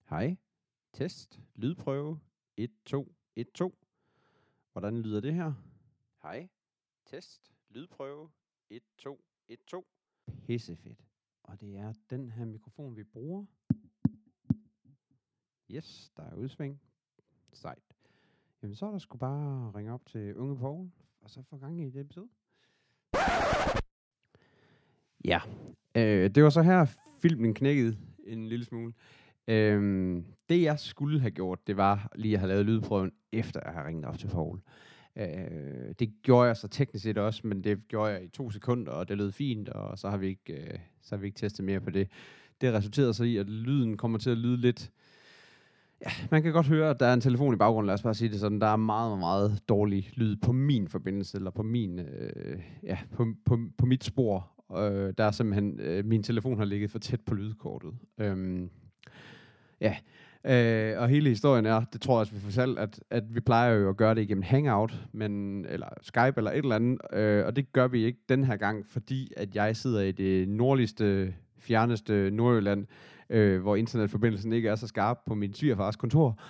Hej. Test. Lydprøve. 1, 2, 1, 2. Hvordan lyder det her? Hej. Test. Lydprøve. 1, 2, 1, 2. Pissefedt. Og det er den her mikrofon, vi bruger. Yes, der er udsving. Sejt. Jamen, så er der sgu bare ringe op til Unge Poul, og så få gang i det episode. Ja, det var så her, filmen knækkede en lille smule. Det jeg skulle have gjort, det var lige at have lavet lydprøven, efter jeg har ringet op til Poul. Det gjorde jeg så teknisk set også, men det gjorde jeg i 2 sekunder, og det lød fint, og så har vi ikke testet mere på det. Det resulterede så i, at lyden kommer til at lyde lidt... Ja, man kan godt høre, at der er en telefon i baggrunden, lad os bare sige det sådan. Der er meget, meget dårlig lyd på min forbindelse, eller på min, på mit spor. Der er simpelthen, min telefon har ligget for tæt på lydkortet. Og hele historien er, det tror jeg også, vi fortalte, at vi plejer jo at gøre det igennem Hangout, eller Skype eller et eller andet, og det gør vi ikke den her gang, fordi at jeg sidder i det nordligste, fjerneste Nordjylland, hvor internetforbindelsen ikke er så skarp på min svigerfars kontor.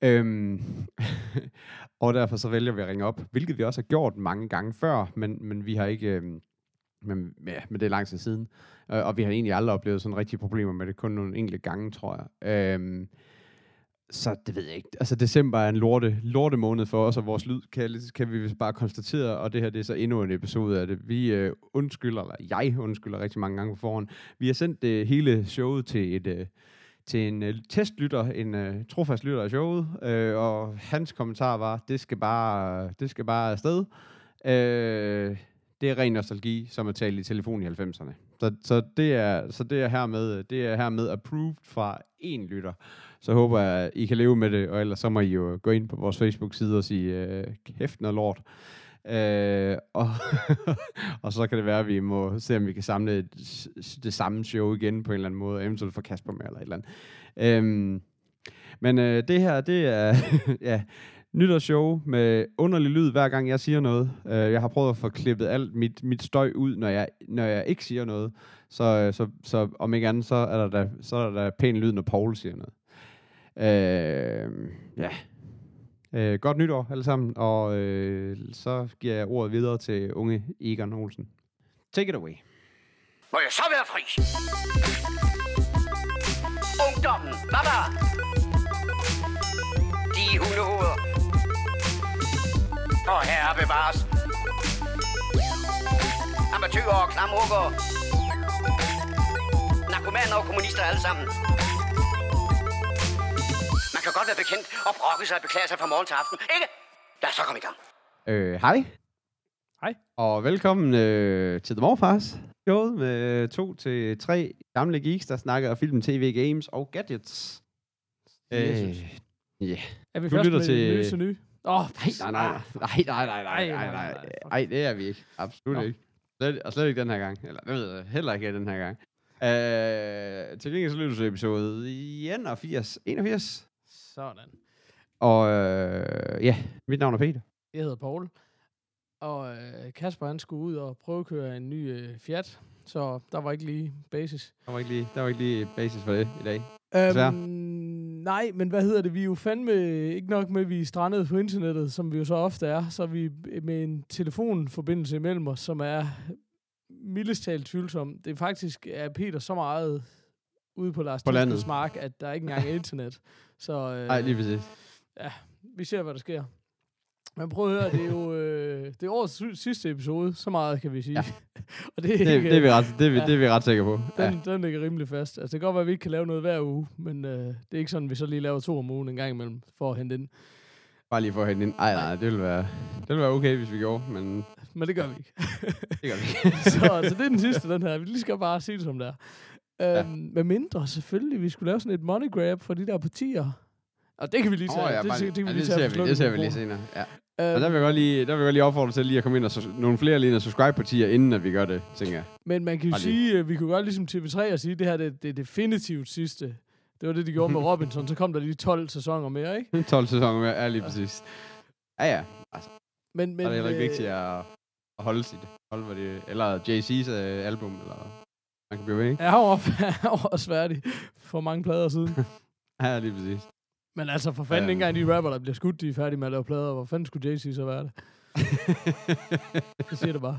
Og derfor så vælger vi at ringe op, hvilket vi også har gjort mange gange før, men vi har ikke... Men det er lang tid siden. Og vi har egentlig aldrig oplevet sådan rigtige problemer med det, kun nogle enkelte gange, tror jeg. Så det ved jeg ikke. Altså, december er en lorte måned for os, og vores lyd kan vi bare konstatere, og det her det er så endnu en episode af det. Jeg undskylder rigtig mange gange på forhånd. Vi har sendt hele showet til en testlytter, en trofast lytter af showet, og hans kommentar var, det skal bare afsted. Det er ren nostalgi, som er talt i telefon i 90'erne. Så det er hermed approved fra en lytter. Så håber jeg, I kan leve med det, og ellers så må I jo gå ind på vores Facebook-side og sige, kæft noget lort. Og så kan det være, at vi må se, om vi kan samle det samme show igen på en eller anden måde, eventuelt få Kasper med eller et eller andet. Men det her, det er... ja, nytårsshow med underlig lyd, hver gang jeg siger noget. Jeg har prøvet at få klippet alt mit støj ud, når jeg ikke siger noget. Så om ikke andet, så er der pæn lyd, når Poul siger noget. Godt nytår alle sammen, og så giver jeg ordet videre til unge Egon Olsen. Take it away. Må jeg så være fri? Ungdommen, baba! De hundehoveder. Og herre bevares. Amatører og klamrukker. Narkomaner og kommunister alle sammen. Man kan godt være bekendt og brokke sig og beklage sig fra morgen til aften, ikke? Lad os så komme i gang. Hej. Hej. Og velkommen til The Morfars showet med 2 til 3 gamle geeks, der snakker film, tv, games og gadgets. Er vi først med til... løse nye? Nej, det er vi ikke. Absolut ikke. Slet ikke den her gang. Eller det ved jeg heller ikke den her gang. Til gengæld så lytter du til episode 81. Sådan. Og mit navn er Peter. Jeg hedder Poul. Og Kasper han skulle ud og prøvekøre en ny Fiat. Så der var ikke lige basis. Der var ikke lige basis for det i dag. Nej, men hvad hedder det? Vi er jo fandme ikke nok med, at vi er strandet på internettet, som vi jo så ofte er. Så er vi med en telefonforbindelse imellem os, som er mildest talt tvivlsom. Det er faktisk, at Peter så meget ude på Lars Tyskels mark, at der ikke engang er internet. Så nej, lige præcis. Ja, vi ser, hvad der sker. Men prøv at høre, det er jo det er årets sidste episode, så meget kan vi sige. Ja. Og det er vi ret sikre på. Den ligger rimelig fast. Altså, det kan godt være, at vi ikke kan lave noget hver uge, men det er ikke sådan, at vi så lige laver 2 om ugen en gang imellem for at hente ind. Bare lige for at hente ind. Nej, det ville være okay, hvis vi gjorde, men det gør vi ikke. Det gør vi ikke. så det er den sidste, den her. Vi lige skal bare sige det som det er. Med mindre selvfølgelig, vi skulle lave sådan et money grab for de der partier. Og det kan vi lige tage. Det ser vi lige senere. Ja. Og der vil jeg godt lige opfordre til lige at komme ind og nogle flere lige subscribe-partier, inden at vi gør det, tænker jeg. Men man kan jo sige, at vi kunne godt ligesom TV3 og sige, at det her det er definitivt sidste. Det var det, de gjorde med Robinson. Så kom der lige 12 sæsoner mere, ikke? 12 sæsoner mere, ja, lige præcis. Ja. Altså. Men er det heller ikke vigtigt at holde sit. Eller Jay-Z's album, eller man kan blive ved, ikke? Ja, han var også færdig for mange plader siden. Ja, lige præcis. Men altså, for fanden, ikke engang de rapper, der bliver skudt, de er færdige med at lave plader. Hvor fanden skulle Jay-Z så være det? Det siger det bare.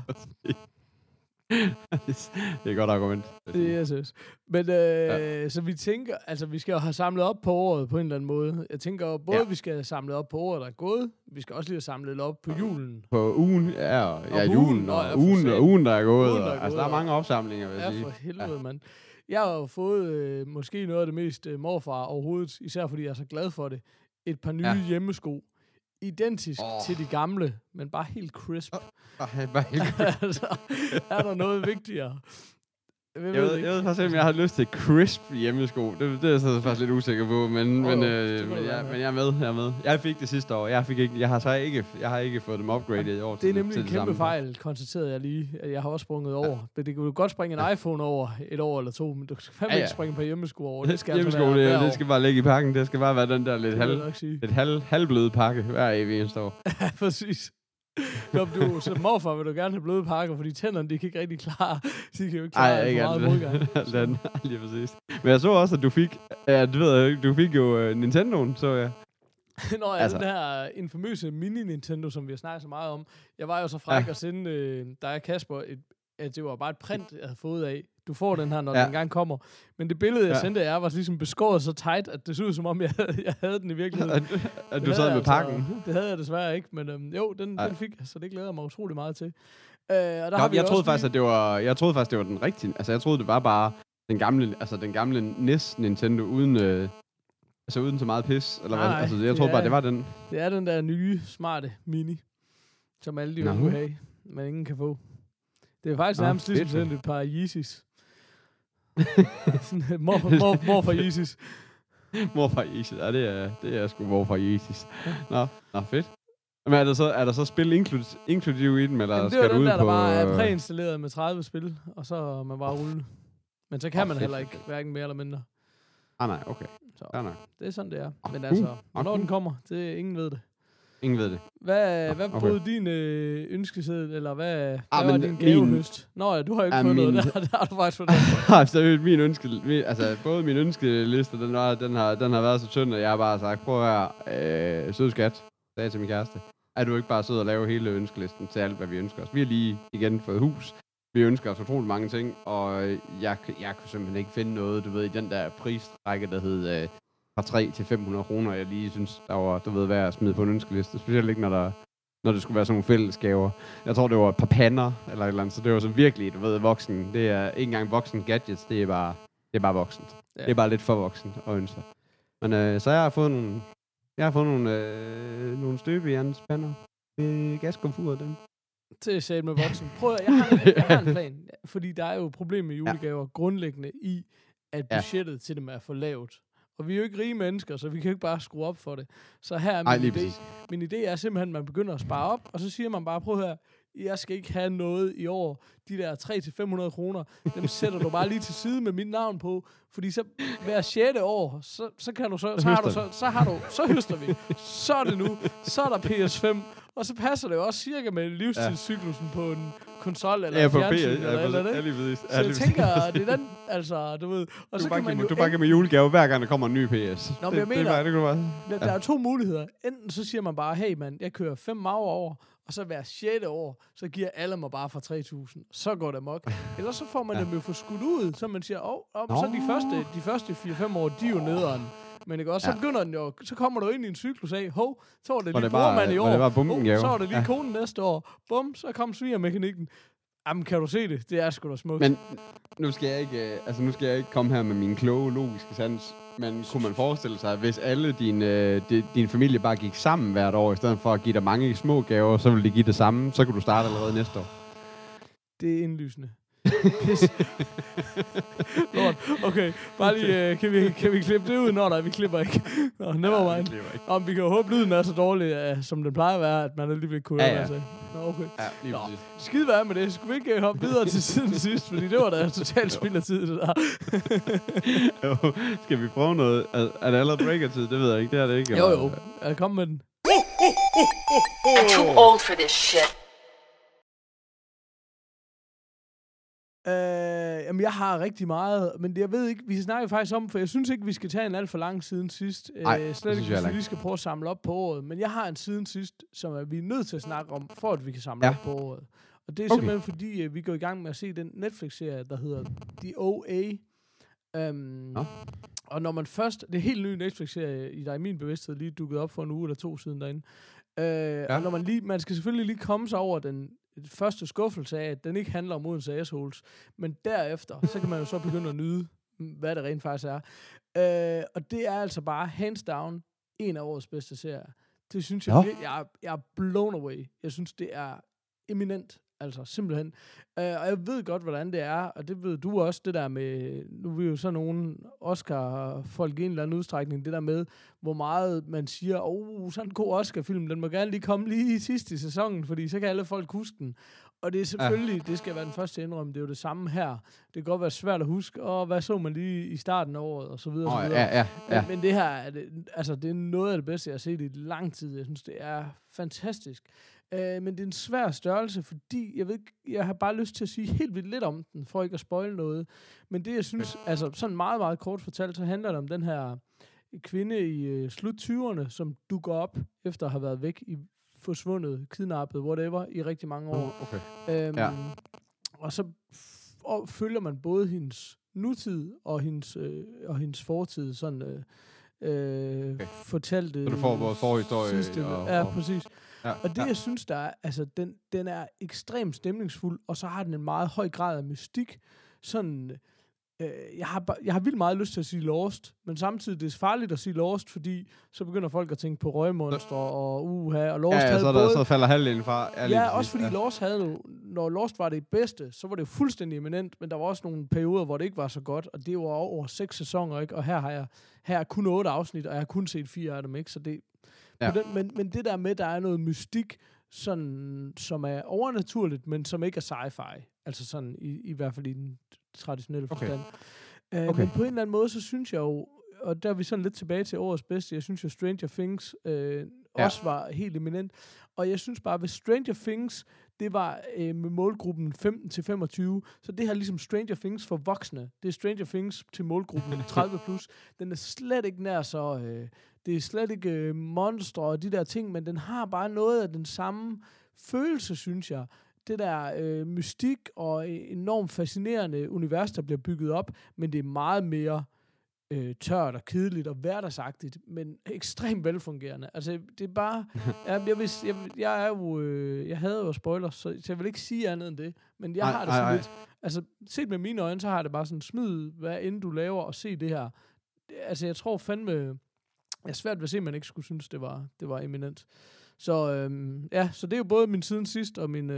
Det er et godt argument. Det er jeg synes. Men så vi tænker, altså vi skal jo have samlet op på året på en eller anden måde. Jeg tænker jo både, vi skal have samlet op på året, der er gået. Vi skal også lige have samlet op på julen. På ugen, julen, og ugen, der er gået. Altså, der er mange opsamlinger, vil jeg sige. Ja, for helvede, mand. Jeg har jo fået måske noget af det mest morfar overhovedet, især fordi jeg er så glad for det. Et par nye hjemmesko. Identisk til de gamle, men bare helt crisp. Altså, er der noget vigtigere? Jeg ved faktisk ikke, om jeg har lyst til crisp hjemmesko. Det er jeg så faktisk lidt usikker på, men jeg er med. Jeg fik det sidste år. Jeg har ikke fået dem upgraded i år. Det er nemlig en kæmpe fejl, konstaterede jeg lige. Jeg har også sprunget over. Men det kan jo godt springe en iPhone over et år eller to, men du skal fandme ikke springe på hjemmesko over. Det skal hjemmesko, altså det skal bare ligge i pakken. Det skal bare være den der lidt halvbløde pakke hver evig eneste år. Ja, præcis. Nå, du, som morfar vil du gerne have bløde pakker, fordi tænderne, de kan ikke rigtig klare. De kan jo ikke klare for meget modgang. Lige præcis. Men jeg så også, at du fik jo Nintendo'en, så jeg. Nå ja, altså. Den her infamøse mini-Nintendo, som vi har snakket så meget om. Jeg var jo så fræk at sende dig og Kasper, at det var bare et print, jeg havde fået af. Du får den her, når den engang kommer. Men det billede, jeg sendte jer, var ligesom beskåret så tight, at det så ud som om, jeg havde den i virkeligheden. At du sad med pakken? Det havde jeg desværre ikke, men den fik jeg, så det glæder jeg mig utrolig meget til. Jeg troede faktisk, det var den rigtige. Altså, jeg troede, det var bare den gamle NES Nintendo uden så meget pis. Eller hvad? Altså, jeg troede bare, det var den. Det er den der nye, smarte mini, som alle de vil have, men ingen kan få. Det er faktisk nærmest ligesom sådan et par Yeezys. Morfar Yeezys. Morfar Yeezys. Ja, det er sgu morfar Yeezys. Nå, fedt. Men er der så spil inklusive i dem, eller skal du ud på... Det er der bare er præinstalleret med 30 spil, og så er man bare rullende. Men så kan man heller ikke, hverken mere eller mindre. Nej, okay. Så det er sådan, det er. Men altså, hvornår den kommer, ingen ved det. Ingen ved det. Hvad brød din ønskeseddel, eller hvad var din gavehøst? Nå ja, du har jo ikke fået noget der har du faktisk fået noget. Både min ønskeliste, den har været så tynd, at jeg har bare sagt, prøv at være sød skat, sagde til min kæreste. Er du ikke bare sød og lave hele ønskelisten til alt, hvad vi ønsker os? Vi har lige igen fået hus. Vi ønsker os utroligt mange ting, og jeg kunne simpelthen ikke finde noget, du ved, i den der prisrække, der hed fra 3 til 500 kroner, jeg lige synes, der var, værd at smide på en ønskeliste. Specielt ikke, når det skulle være sådan nogle fællesgaver. Jeg tror, det var et par pander, eller et eller andet, så det var så virkelig, du ved, voksen. Det er ikke engang voksen gadgets, det er bare voksent. Ja. Det er bare lidt for voksen at ønske. Men så jeg har fået nogle støbejernspander med gaskomfuret dem. Til at sætte med voksen. Prøv at, jeg har en plan, fordi der er jo et problem med julegaver grundlæggende i, at budgettet til dem er for lavt. Og vi er jo ikke rige mennesker, så vi kan jo ikke bare skrue op for det. Så her er min idé. Min idé er simpelthen, at man begynder at spare op, og så siger man bare, prøv her, jeg skal ikke have noget i år. De der 300-500 kroner, dem sætter du bare lige til side med mit navn på, fordi så hver 6. år, så høster vi. Så er det nu. Så er der PS5. Og så passer det jo også cirka med livstidscyklusen på en konsol eller fjernsyn eller det. Så jeg tænker, det er den, altså, du ved. Og så kan man jo... Du bare med julegave, hver gang der kommer en ny PS. Nå, men jeg mener, der er 2 muligheder. Enten så siger man bare, hey mand, jeg kører 5 mager over, og så hver 6. år, så giver alle mig bare for 3.000. Så går det amok. Eller så får man dem jo for skudt ud, så man siger, så de første 4-5 år, de er jo nederen. Men ikke også, så begynder den jo, så kommer du ind i en cyklus af, så var det lige brormand i år, så var det lige konen næste år, bum, så kom svigermekanikken. Jamen, kan du se det? Det er sgu da smukt. Men nu skal jeg ikke komme her med min kloge, logiske sans, men kunne man forestille sig, at hvis alle din familie bare gik sammen hvert år, i stedet for at give dig mange små gaver, så ville de give det samme, så kunne du starte allerede næste år. Det er indlysende. Pis. Lord. Okay, bare lige, kan vi klippe det ud? Nå, vi klipper ikke. Nå, never mind. Om vi kan jo håbe, lyden er så dårlig, som den plejer at være, at man alligevel kunne høre sig. Nå, okay. Ja, lige præcis. Skide være med det. Skulle vi ikke hoppe videre til siden sidst? Fordi det var da totalt spild af tid, det der. Jo, skal vi prøve noget? Er det allerede breaker-tid? Det ved jeg ikke. Det er det ikke. Jo. Kom med den. I'm too old for this shit. Jamen, jeg har rigtig meget, men jeg ved ikke, vi snakker faktisk om, for jeg synes ikke, vi skal tage en alt for lang siden sidst. Nej, slet ikke, hvis vi lige skal prøve at samle op på året. Men jeg har en siden sidst, som vi er nødt til at snakke om, for at vi kan samle op på året. Og det er simpelthen fordi, vi går i gang med at se den Netflix-serie, der hedder The OA. Og når man først... Det er helt ny Netflix-serie, der er i min bevidsthed lige dukket op for en uge eller 2 siden derinde. Og når man skal selvfølgelig lige komme sig over den første skuffelse af, at den ikke handler om Odense assholes, men derefter, så kan man jo så begynde at nyde, hvad det rent faktisk er. Og det er altså bare hands down en af årets bedste serier. Det synes jeg, jeg er blown away. Jeg synes, det er eminent. Altså, simpelthen. Og jeg ved godt, hvordan det er, og det ved du også, det der med, nu er vi jo så nogle Oscar-folk i en eller anden udstrækning, det der med, hvor meget man siger, sådan en god Oscar-film, den må gerne lige komme lige sidst i sæsonen, fordi så kan alle folk huske den. Og det er selvfølgelig, det skal være den første indrømme, det er jo det samme her. Det kan godt være svært at huske, hvad så man lige i starten af året, og så videre. Og så videre. Men det her, det er noget af det bedste, jeg har set i lang tid. Jeg synes, det er fantastisk. Men det er en svær størrelse, fordi jeg har bare lyst til at sige helt vildt lidt om den, for ikke at spoile noget. Men det, jeg synes, altså sådan meget, meget kort fortalt, så handler det om den her kvinde i slut 20'erne, som dukker op, efter at have været væk forsvundet, kidnappet, whatever, i rigtig mange år. Og så følger man både hendes nutid og hendes fortid, sådan fortalte... Så du får vores forhistorie. Præcis. Ja, og det, jeg synes, der er, altså, den er ekstremt stemningsfuld, og så har den en meget høj grad af mystik. Sådan, jeg har vildt meget lyst til at sige Lost, men samtidig det er farligt at sige Lost, fordi så begynder folk at tænke på røgmonster og og Lost havde så falder halvdelen fra. Ja, også fordi Lost havde når Lost var det bedste, så var det jo fuldstændig eminent, men der var også nogle perioder, hvor det ikke var så godt, og det var over 6 sæsoner, ikke? Og her har jeg kun 8 afsnit, og jeg har kun set 4 af dem, ikke? Så det... Ja. Men det der med, der er noget mystik, sådan, som er overnaturligt, men som ikke er sci-fi. Altså sådan, i hvert fald i den traditionelle forstand. Men på en eller anden måde, så synes jeg jo, og der er vi sådan lidt tilbage til årets bedste, jeg synes jo, Stranger Things også var helt eminent. Og jeg synes bare, hvis Stranger Things, det var med målgruppen 15-25, så det her ligesom Stranger Things for voksne. Det er Stranger Things til målgruppen 30+. Den er slet ikke nær så... det er slet ikke monstre og de der ting, men den har bare noget af den samme følelse, synes jeg. Det der mystik og enormt fascinerende univers, der bliver bygget op, men det er meget mere tørt og kedeligt og hverdagsagtigt, men ekstremt velfungerende. Altså, det er bare... jeg havde jo spoilers, så jeg vil ikke sige andet end det, men jeg har det sådan lidt... Altså, set med mine øjne, så har det bare sådan, smid hvad end du laver og se det her. Altså, jeg tror fandme... Jeg er svært ved at se, at man ikke skulle synes, det var eminent. Så så det er jo både min siden sidst, og min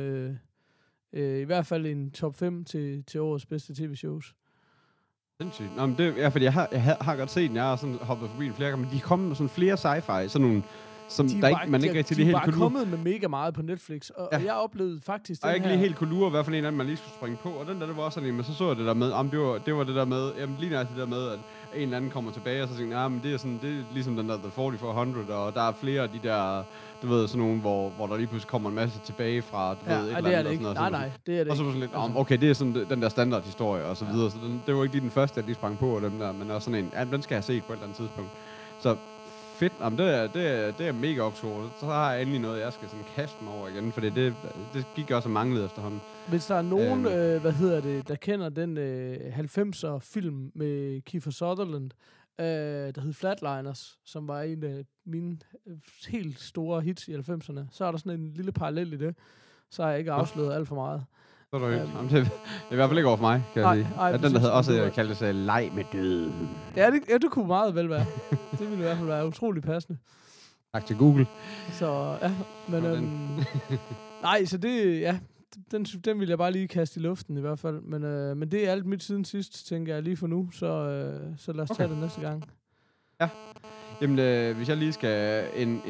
i hvert fald en top 5 til årets bedste tv-shows. Sindssygt. Nå, men det, fordi jeg har godt set den, jeg har sådan hoppet forbi den flere gange, men de er kommet med sådan flere sci-fi, sådan nogle, som der ikke, man ikke rigtig lige helt kunne lure. De er bare kommet med mega meget på Netflix, og jeg oplevede faktisk den her... Og jeg ikke lige helt kunne lure, hvad for en af dem, man lige skulle springe på, og den der, det var også sådan en, men så jeg det der med, det var det der med, jamen lige nøjagtigt det der med, at en eller anden kommer tilbage, og så tænker jeg, men det er ligesom den der The 4400, og der er flere af de der, du ved, sådan nogle, hvor der lige pludselig kommer en masse tilbage fra, du ved, et eller andet. Ikke. Nej, det er det og så var sådan lidt, okay, det er sådan den der standardhistorie, og så videre, så det var ikke lige den første, jeg lige sprang på, og dem der, men også sådan en, den skal jeg have set på et eller andet tidspunkt. Så fedt. Jamen, det er mega optur. Så har jeg endelig noget, jeg skal sådan kaste mig over igen, for det gik også og manglede efterhånden. Hvis der er nogen, der kender den 90'er film med Kiefer Sutherland, der hed Flatliners, som var en af mine helt store hits i 90'erne, så er der sådan en lille parallel i det. Så har jeg ikke afsløret alt for meget. Så er det er i hvert fald ikke over for mig, kan jeg sige. Ja, den, der havde også kaldt sig Leg med døden. Ja, det kunne meget vel være. Det ville i hvert fald være utrolig passende. Tak til Google. Så, ja. Men, nej, så det, ja, den vil jeg bare lige kaste i luften i hvert fald. Men det er alt mit siden sidst, tænker jeg lige for nu. Så lad os tage det næste gang. Ja. Jamen, hvis jeg lige skal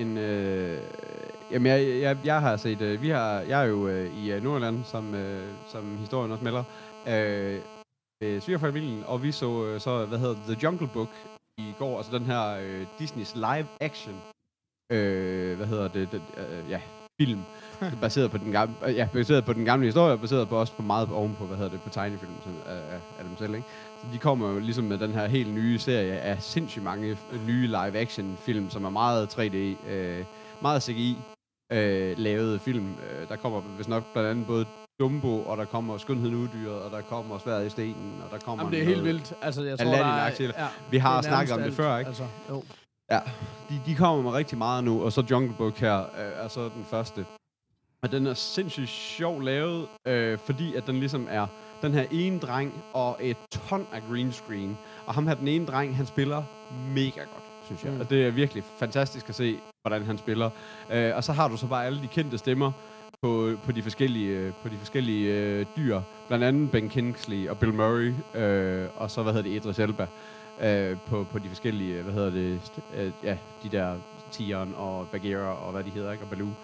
jamen, jeg har set... jeg er jo i Nordjylland, som historien også melder. Svigerfamilien, og vi så, hvad hedder The Jungle Book i går. Altså den her Disneys live action. film, baseret på den gamle historie, baseret på også på meget ovenpå, på tegnefilm af dem selv, ikke? Så de kommer jo ligesom med den her helt nye serie af sindssygt mange nye live-action-film, som er meget 3D, meget CGI lavede film. Der kommer vist nok blandt andet både Dumbo, og der kommer Skønheden Uddyret, og der kommer Sværdet i Stenen, og der kommer Jamen, det er helt vildt. Altså, jeg tror, vi har snakket om det før, ikke? Altså, jo. Ja, de kommer med rigtig meget nu, og så Jungle Book her er så den første. Og den er sindssygt sjov lavet, fordi at den ligesom er den her ene dreng og et ton af green screen. Og ham her, den ene dreng, han spiller mega godt, synes jeg. Og det er virkelig fantastisk at se, hvordan han spiller. Og så har du så bare alle de kendte stemmer på de forskellige dyr. Blandt andet Ben Kingsley og Bill Murray, og så, Idris Elba. På de forskellige, de der Tigeren og Bagheera og hvad de hedder, ikke? Og Baloo.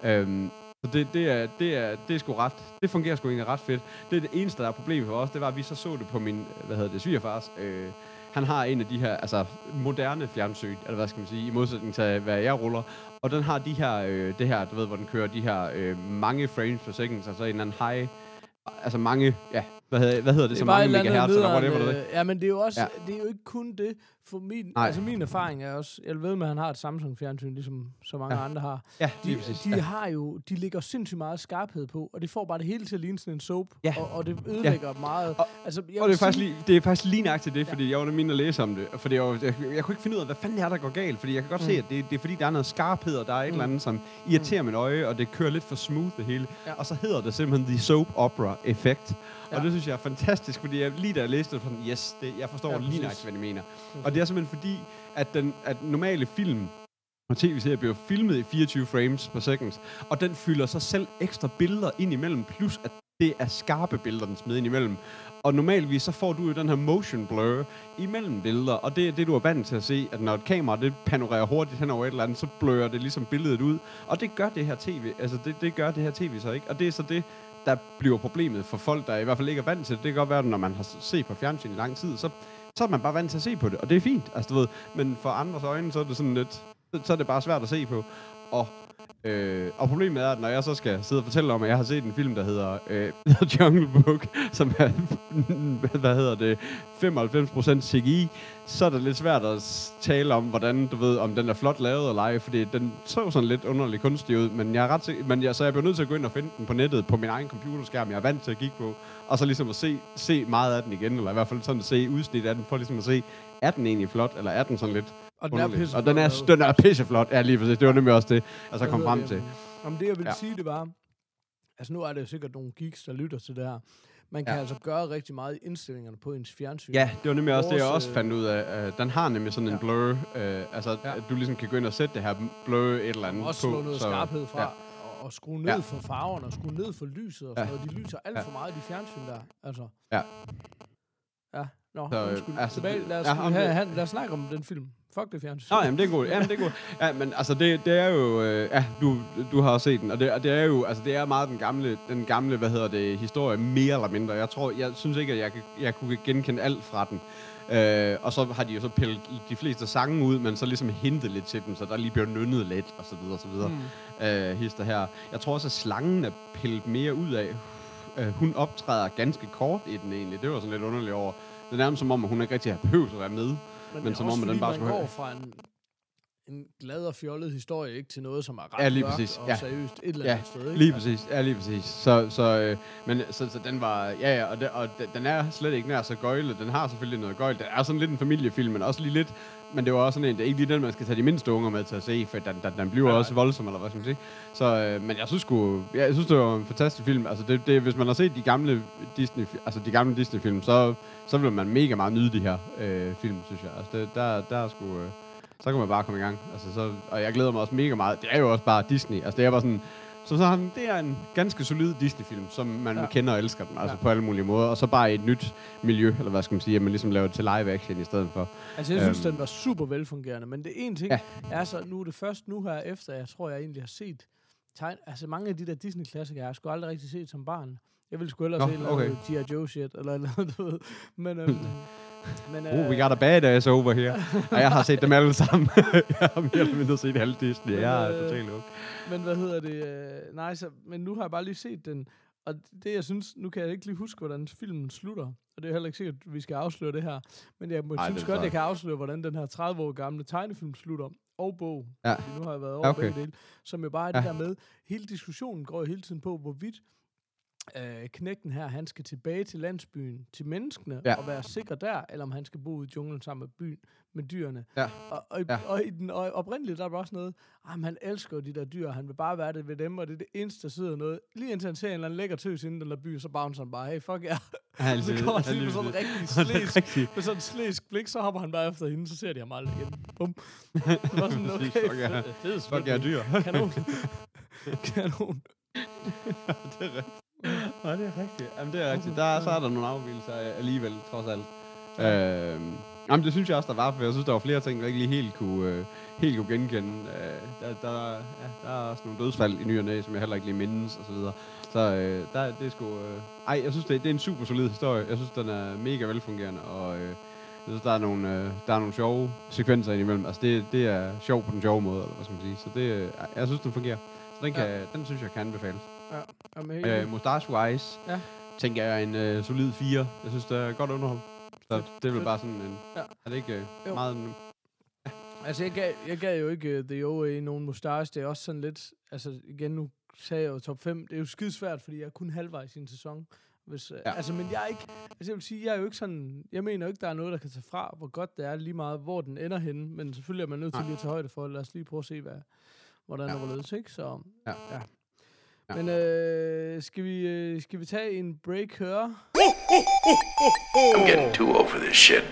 Så det er sgu ret, det fungerer sgu egentlig ret fedt. Det er det eneste, der er problemet for os, det var, at vi så det på min, svigerfars. Han har en af de her, altså moderne fjernsyn, eller hvad skal man sige, i modsætning til, hvad jeg ruller. Og den har de her, det her, du ved, hvor den kører de her mange frames per second, altså en eller anden high, altså mange, ja, hvad hedder det, så mange megahertz, eller whatever det. Ja, men det er jo også, det er jo ikke kun det, for min erfaring er også, jeg ved med, at han har et Samsung-fjernsyn, ligesom så mange andre har. Ja, de lægger sindssygt meget skarphed på, og det får bare det hele til at ligne sådan en soap, og det ødelægger meget. Og det er faktisk lige nøjagtigt det, fordi jeg var nemlig at læse om det, fordi jeg kunne ikke finde ud af, hvad fanden det er, der går galt, fordi jeg kan godt se, at det er fordi, der er noget skarphed, og der er et eller andet, som irriterer mit øje, og det kører lidt for smooth det hele, og så hedder det simpelthen The Soap Opera Effect. Og det synes jeg er fantastisk, fordi jeg lige da jeg læste det, sådan, jeg forstår lige nøjagtigt, hvad de mener. Og det er simpelthen fordi, at normale film og tv-serier bliver filmet i 24 frames per second, og den fylder sig selv ekstra billeder ind imellem, plus at det er skarpe billeder, den smider ind imellem. Og normalvis så får du jo den her motion blur imellem billeder, og det er det, du er vant til at se, at når et kamera det panorerer hurtigt hen over et eller andet, så blører det ligesom billedet ud. Og det gør det her tv, altså det gør det her tv så ikke. Og det er så det, der bliver problemet for folk, der i hvert fald ikke er vant til det. Det kan godt være, at når man har set på fjernsyn i lang tid, så er man bare vant til at se på det, og det er fint, altså du ved. Men for andres øjne, så er det sådan lidt, så er det bare svært at se på. Og problemet er, at når jeg så skal sidde og fortælle om, at jeg har set en film, der hedder Jungle Book, som er, 95% CGI, så er det lidt svært at tale om, hvordan, du ved, om den er flot lavet eller ej, fordi den så sådan lidt underlig kunstig ud, men så jeg bliver nødt til at gå ind og finde den på nettet, på min egen computerskærm, jeg er vant til at kigge på, og så ligesom at se meget af den igen, eller i hvert fald sådan at se udsnit af den, for ligesom at se, er den egentlig flot, eller er den sådan lidt underlig? Og den er pisseflot, ja, lige præcis. Det var nemlig også det, altså kom frem til. Om det, jeg ville sige, det var, altså nu er det jo sikkert nogle geeks, der lytter til det her. Man kan altså gøre rigtig meget i indstillingerne på ens fjernsyn. Ja, det var nemlig også det, jeg også fandt ud af. Den har nemlig sådan en blur, at du ligesom kan gå ind og sætte det her blur et eller andet på. Også slå noget skarphed fra, og skrue ned for farverne, og skrue ned for lyset og sådan noget. De lyser alt for meget, de fjernsyn der, altså. Ja. Ja, altså, lad os snakke om den film. Fuck det fjernsyn. Jamen det er godt. Jamen det er godt. Ja, men altså det er jo du har også set den, og det er jo altså det er meget den gamle historie mere eller mindre. Jeg synes ikke at jeg kunne genkende alt fra den. Og så har de jo så pillet de fleste sange ud, men så ligesom hentet lidt til dem, så der lige bliver nynnet lidt og så videre og så videre. Hister her. Jeg tror også at slangen er pillet mere ud af. Hun optræder ganske kort i den egentlig. Det var sådan lidt underligt over. Det er nærmest som om, at hun ikke rigtig har behøvet at være med. Men som om, at den bare man går fra en glad og fjollet historie, ikke til noget, som er ret mørkt og seriøst et eller andet sted. Ikke? Lige præcis. Ja, lige præcis. Så den var... og den er slet ikke nær så gøjlet. Den har selvfølgelig noget gøjl. Den er sådan lidt en familiefilm, men også lige lidt... Men det var også sådan en... Det er ikke lige den, man skal tage de mindste unger med til at se, for den bliver også voldsom, eller hvad skal man sige. Så, men jeg synes det var en fantastisk film. Altså, det hvis man har set de gamle Disney-film, så vil man mega meget nyde de her film, synes jeg. Altså, der er sgu... Så kan man bare komme i gang. Altså, og jeg glæder mig også mega meget. Det er jo også bare Disney. Altså, det er bare sådan... det er en ganske solid Disney-film, som man kender og elsker den. Altså på alle mulige måder. Og så bare i et nyt miljø, eller hvad skal man sige, at man ligesom laver det til live action i stedet for. Altså, jeg synes, den var super velfungerende. Men det ene ting er så, nu er det først nu her efter, jeg tror, jeg egentlig har set altså mange af de der Disney-klassikere, jeg har sgu aldrig rigtig set som barn. Jeg ville sgu ellers se noget G.I. Joe shit, eller noget, du ved. Men Men, We got a badass over here. Og jeg har set dem alle sammen. Jeg har mere eller mindre set alle Disney. Jeg er totalt okay. Men hvad hedder det? Nej, men nu har jeg bare lige set den. Og det, jeg synes, nu kan jeg ikke lige huske, hvordan filmen slutter. Og det er heller ikke sikkert, at vi skal afsløre det her. Men jeg synes godt, jeg kan afsløre, hvordan den her 30 år gamle tegnefilm slutter. Og bog. Ja. Fordi nu har jeg været over begge dele. Som jo bare er det der med, hele diskussionen går jo hele tiden på, hvorvidt knægten her, han skal tilbage til landsbyen, til menneskene, og være sikker der, eller om han skal bo i junglen sammen med dyrene. Ja. Og i den oprindelige, der er også noget, han elsker de der dyr, han vil bare være det ved dem, og det er det eneste, der sidder noget. Lige indtil han ser en eller anden lækker tøs inden den der by, så bouncer han bare, hey, fuck jer. Yeah. Så kommer han lige med sådan en rigtig slæsk, med sådan en slæsk blik, så hopper han bare efter hende, så ser de ham aldrig igen. Bum. Det var sådan, okay, fed. Fuck jer dyr. Kanon. Det er rigtigt. Nej, det er rigtigt. Jamen, det er rigtigt. Så er der nogle afvigelser alligevel, trods alt. Jamen, det synes jeg også, der var, for jeg synes, der var flere ting, der ikke lige helt kunne genkende. Der er også nogle dødsfald i ny og næ, som jeg heller ikke lige mindes, og så videre. Så det er sgu... jeg synes, det er en super solid historie. Jeg synes, den er mega velfungerende, og jeg synes, der er nogle sjove sekvenser indimellem. Altså, det er sjov på den sjove måde, eller hvad skal man sige. Så jeg synes, den fungerer. Så den synes jeg kan anbefales. Ja. Mustache-wise, tænker jeg en solid 4. Jeg synes, det er godt underhold. Så det er vel bare sådan en... Ja. Er det ikke meget... Altså, jeg gav jo ikke The OA nogen mustache. Det er også sådan lidt... Altså, igen, nu sagde jeg jo top 5. Det er jo skidesvært, fordi jeg er kun halvvejs i en sæson. Altså, men jeg er ikke... Altså, jeg vil sige, jeg er jo ikke sådan... Jeg mener jo ikke, der er noget, der kan tage fra, hvor godt det er lige meget, hvor den ender henne. Men selvfølgelig er man nødt til lige at tage højde for. Lad os lige prøve at se, hvordan det var ledes, ikke? Så... Ja. Men skal vi tage en break her? I'm getting too old for this shit.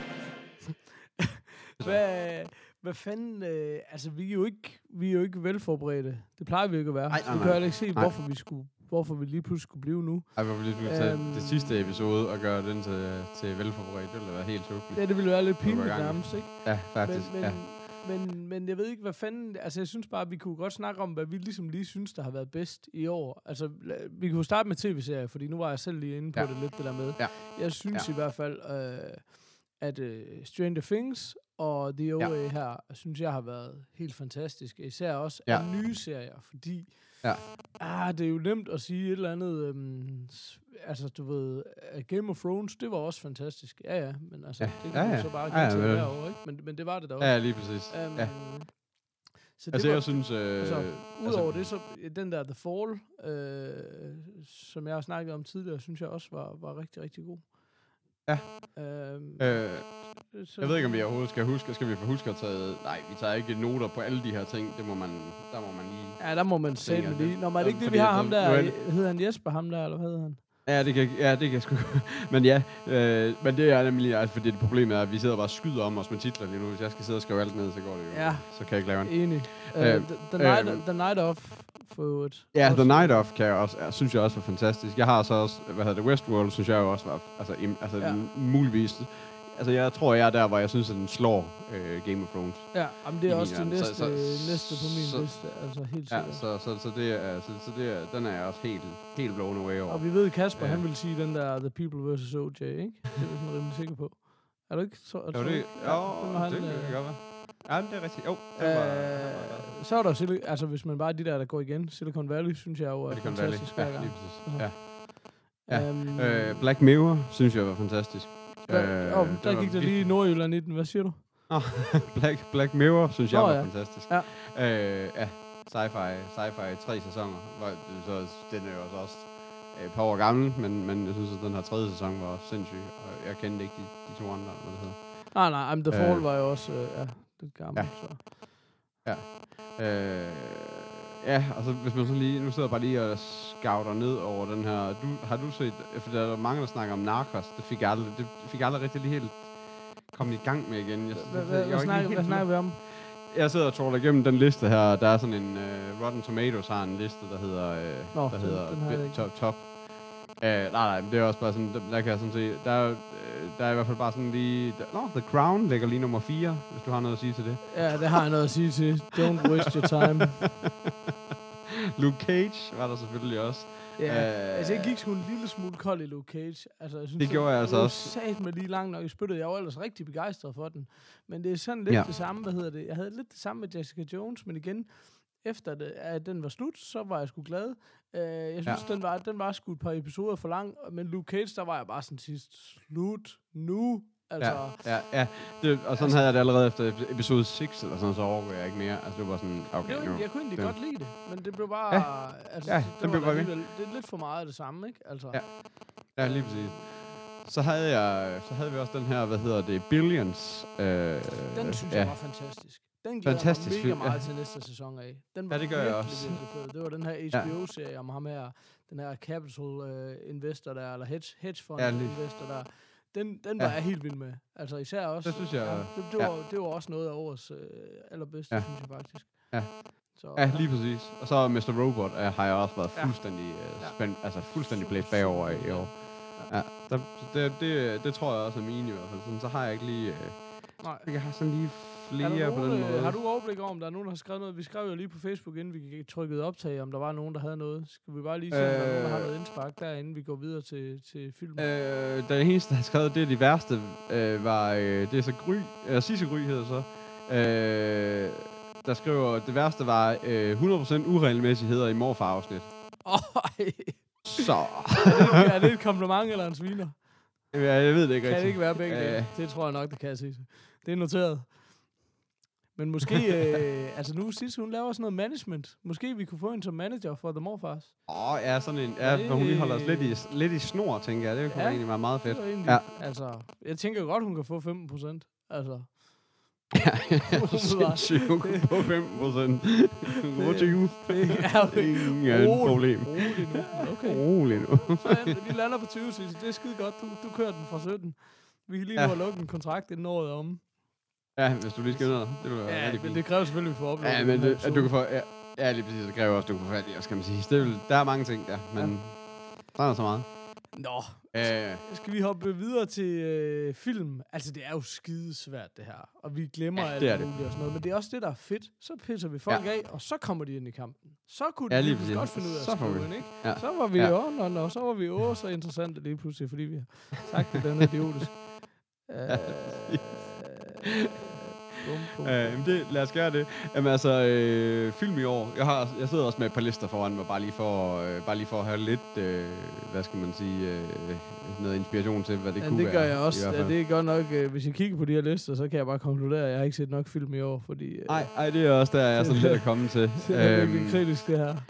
Hvad fanden... altså, vi er jo ikke velforberedte. Det plejer vi ikke at være. Vi kan jo ikke se, hvorfor vi lige pludselig skulle blive nu. Hvorfor vi lige skulle tage det sidste episode og gøre den til velforberedt. Det ville være helt tåbeligt. Ja, det ville være lidt pinligt nærmest, ikke? Ja, faktisk. Men jeg ved ikke, hvad fanden... Altså, jeg synes bare, at vi kunne godt snakke om, hvad vi ligesom lige synes, der har været bedst i år. Altså, vi kunne starte med tv-serier, fordi nu var jeg selv lige inde på det lidt, det der med. Ja. Jeg synes i hvert fald, at Stranger Things og The OA her, synes jeg har været helt fantastisk. Især også af nye serier, fordi... det er jo nemt at sige et eller andet... altså, du ved... Game of Thrones, det var også fantastisk. Ja, men altså... Det kan du så bare give til herovre, ikke? Men det var det da også. Ja, lige præcis. Så altså, jeg synes... Udover det, så den der The Fall, som jeg har snakket om tidligere, synes jeg også var rigtig, rigtig god. Ja. Jeg ved ikke, om vi overhovedet skal huske. Skal vi huske at tage... Nej, vi tager ikke noter på alle de her ting. Der må man lige... Ja, der må man sætte med lige. Nå, men er det ikke det, vi har ham der? Hedder han Jesper, ham der, eller hvad hedder han? Ja, det kan sgu... men men det er nemlig... Altså, fordi det problemet er, at vi sidder bare og skyder om os med titler lige nu. Hvis jeg skal sidde og skrive alt ned, så går det jo. Ja. Så kan jeg ikke lave en. Enig. The Night Of... Ja, The Night Of kan jeg også, synes jeg også var fantastisk. Jeg har så også, Westworld, synes jeg jo også var, muligvis, altså jeg tror, jeg er der, hvor jeg synes, at den slår Game of Thrones. Ja, men det er også det næste på min liste, altså helt sikkert. Ja, så det er, den er jeg også helt blown away over. Og vi ved, Kasper, han vil sige den der The People vs. OJ, ikke? Det er jeg rimelig sikker på. Er du ikke? Det kan godt være. Ja, det er rigtigt. Jo. Så er der altså hvis man bare de der går igen, Silicon Valley, synes jeg jo er fantastisk. Ja, lige præcis. Ja. Black Mirror, synes jeg var fantastisk. Der gik der lige i Nordjylland i den. Hvad siger du? Black Mirror, synes jeg var fantastisk. Ja. Sci-fi 3 sæsoner. Så den er jo også et par år gammel, men jeg synes, at den her 3. sæson var sindssyg. Og jeg kendte ikke de 2 andre, hvad det hedder. Nej, men The Fall var jo også lidt gammel. Ja. Så. Ja, altså hvis man så lige, nu sidder jeg bare lige og scouter ned over den her. Har du set, for der er mange, der snakker om Narcos, det fik jeg aldrig rigtig lige helt kommet i gang med igen. Hvad snakker vi om? Jeg sidder og tråler igennem den liste her. Der er sådan en Rotten Tomatoes har en liste, der hedder top. Nej, men det er også bare sådan, der kan jeg sådan se, der er i hvert fald bare sådan lige... The Crown ligger lige nummer 4, hvis du har noget at sige til det. Ja, det har jeg noget at sige til. Don't waste your time. Luke Cage var der selvfølgelig også. Ja, altså jeg gik sgu en lille smule kold i Luke Cage. Altså, jeg synes, Det gjorde jeg altså også. Sat mig lige langt nok i spyttet. Jeg var ellers rigtig begejstret for den. Men det er sådan lidt det samme, Jeg havde lidt det samme med Jessica Jones, men igen, efter at den var slut, så var jeg sgu glad. Jeg synes, den var sgu et par episoder for lang, men Luke Cage, der var jeg bare sådan sidst, slut nu. Altså, ja. Og sådan havde jeg det allerede efter episode 6, eller sådan, så overgår jeg ikke mere. Altså, det var sådan, okay, jeg kunne egentlig godt lide det, men det blev bare... det blev bare det er lidt for meget af det samme, ikke? Altså. Ja, lige præcis. Så havde vi også den her, Billions. Den synes jeg var fantastisk. Den glæder jeg mega meget til næste sæson af. Den var det gør jeg også. Fed. Det var den her HBO-serie om ham her, den her Capital Investor der, eller hedge fund investor der. Den var jeg helt vild med. Altså især også... Det synes jeg... Det var også noget af årets allerbedste, synes jeg faktisk. Ja. Så, ja, lige præcis. Og så Mr. Robot har jeg også været fuldstændig spændt, altså fuldstændig blæst bagover i år. Ja, det tror jeg også er mine i hvert fald. Sådan, så har jeg ikke lige... Jeg har sådan lige flere på den måde. Har du overblik over, om der er nogen, der har skrevet noget? Vi skrev jo lige på Facebook, inden vi trykkede optag, om der var nogen, der havde noget. Skal vi bare lige se, om der er nogen, der har noget indspark der, inden vi går videre til filmen? Den eneste, der har skrevet, det er de værste, det er så Sisse Gry hedder så. Der skriver, det værste var 100% uregelmæssigheder i morfar-afsnit. Så. Er det et kompliment eller en sviner? Ja, jeg ved det ikke rigtig. Kan det rigtig. ikke være begge dele? Det tror jeg nok, det kan jeg sige. Det er noteret. Men måske, altså nu sidst hun laver sådan noget management. Måske vi kunne få en som manager for The Morfars. Ja, sådan en. Ja, hvor hun lige holder os lidt i snor, tænker jeg. Det kunne egentlig være meget fedt. Altså, jeg tænker godt, hun kan få 15%. Altså. Ja, sindssygt. Hun kunne få 15%. Rolig. Det er ingen problem. Rolig nu. Okay. Rolig nu. Så vi lander på 20, så det er skide godt. Du kører den fra 17. Vi kan lige nu have lukket en kontrakt inden året om. Ja, hvis du lige skynder dig. Det vil være rigtig fint. Det kræver selvfølgelig, at vi får oplevet. Ja, men at du kan få... Ja, lige præcis. Det kræver også, at du kan få fat i os, kan man sige. Der er mange ting der, men der er så meget. Nå, skal vi hoppe videre til film? Altså, det er jo skidesvært, det her. Og vi glemmer alt muligt og sådan noget. Men det er også det, der er fedt. Så pisser vi folk af, og så kommer de ind i kampen. Så kunne de lige godt finde ud af at skrive ind, ikke? Ja. Så var vi og så var vi så interessante lige pludselig, fordi vi har sagt det, den er idiotisk. Lad os gøre det. Jamen altså, film i år. Jeg sidder også med et par lister foran mig, bare lige for at have lidt, hvad skal man sige, noget inspiration til, hvad det kunne være. Det gør jeg også. Ja, det er godt nok, hvis jeg kigger på de her lister, så kan jeg bare konkludere, at jeg har ikke set nok film i år, fordi... Nej, det er også der, jeg er sådan lidt at komme til. Det er virkelig kritisk, det her.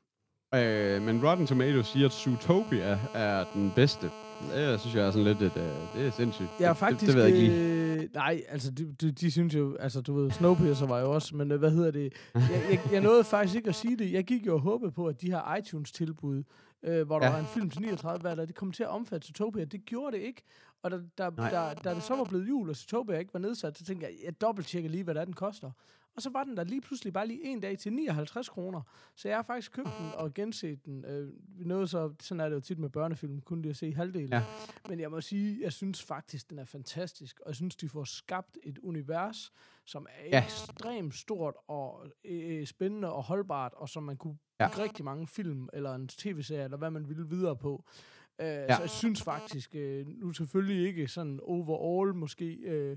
Men Rotten Tomatoes siger, at Zootopia er den bedste. Det synes jeg er sådan lidt det er sindssygt. Ja, faktisk... Det ved jeg ikke lige. Nej, altså, de synes jo... Altså, du ved, Snowpiercer var jo også... Men hvad hedder det? Jeg nåede faktisk ikke at sige det. Jeg gik jo og håbede på, at de her iTunes-tilbud, hvor der var en film til 39 værter, det kom til at omfatte Zootopia. Det gjorde det ikke. Og da det så var blevet jul, og Zootopia ikke var nedsat, så tænkte jeg dobbelttjekker lige, hvad den koster. Og så var den der lige pludselig bare lige en dag til 59 kroner. Så jeg har faktisk købt den og genset den. Sådan er det jo tit med børnefilm, kun lige at se halvdelen. Ja. Men jeg må sige, jeg synes faktisk, den er fantastisk. Og jeg synes, de får skabt et univers, som er ekstremt stort og spændende og holdbart, og som man kunne bygge rigtig mange film, eller en tv-serie, eller hvad man ville videre på. Så jeg synes faktisk, nu selvfølgelig ikke sådan overall måske,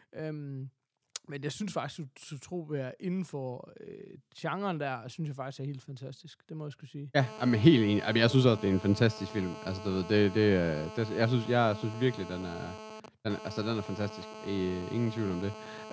men jeg synes faktisk, at Zootopia inden for genren der, synes jeg faktisk er helt fantastisk. Det må jeg skulle sige. Ja, men helt enig. Jeg synes også, det er en fantastisk film. Altså, du ved, jeg synes virkelig, den er fantastisk. Ingen tvivl om det.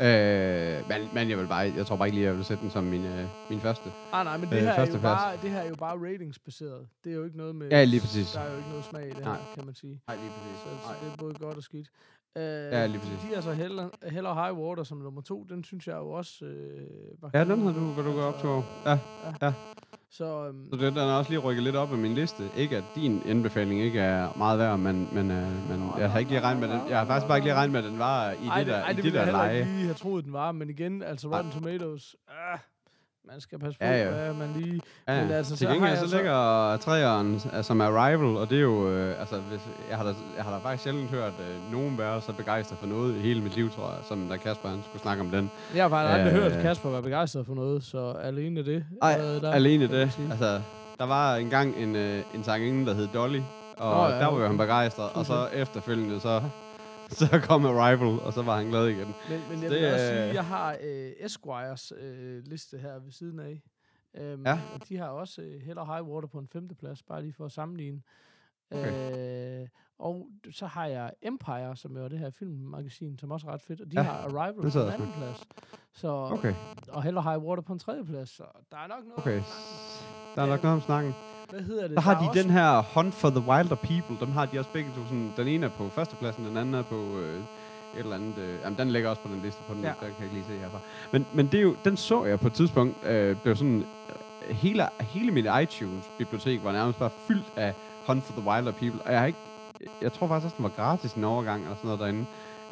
Men jeg tror bare ikke lige, jeg vil sætte den som min første. Nej, men det her er jo bare ratingsbaseret. Det er jo ikke noget med... Ja, lige præcis. Der er jo ikke noget smag i det her, kan man sige. Nej, lige præcis. Så det er både godt og skidt. Ja, lige præcis. De er så Hell og High Water som nummer 2, den synes jeg jo også... Ja, den har du gået op til. Ja. Så den er også lige rykket lidt op af min liste. Ikke at din anbefaling ikke er meget værd, men jeg har ikke lige regnet med den. Jeg har faktisk bare ikke lige regnet med, at den var i det der leje. Det ville jeg heller ikke lige have troet, den var. Men igen, altså Rotten Tomatoes... man skal passe på, hvad man lige... Ja. Men altså, til gengæld så ligger træeren som Arrival, og det er jo... jeg har da faktisk sjældent hørt nogen være så begejstret for noget i hele mit liv, tror jeg, som da Kasper han skulle snakke om den. Jeg har faktisk aldrig hørt Kasper være begejstret for noget, så alene det... Alene det. Altså, Der var engang en sangerinde, der hed Dolly, og der var han begejstret, og så efterfølgende, så kom Arrival, og så var han glad igen. Men jeg vil også sige, at jeg har Esquires liste her ved siden af. Og de har også Hell or High Water på en 5. plads, bare lige for at sammenligne. Okay. Og så har jeg Empire, som er det her filmmagasin, som også er ret fedt, og de har Arrival på en 2. plads. Så, og Hell or High Water på en 3. plads, så der er nok noget der er nok noget om snakken. Hvad hedder det? Der har de den her Hunt for the Wilder People, dem har de også begge to. Sådan, den ene er på 1. pladsen, den anden er på et eller andet. Jamen, den ligger også på den liste, på den, der kan jeg ikke lige se herfra. Men det er jo, den så jeg på et tidspunkt, blev sådan, hele mit iTunes-bibliotek var nærmest bare fyldt af Hunt for the Wilder People, og jeg tror faktisk også, den var gratis en overgang, eller sådan noget derinde.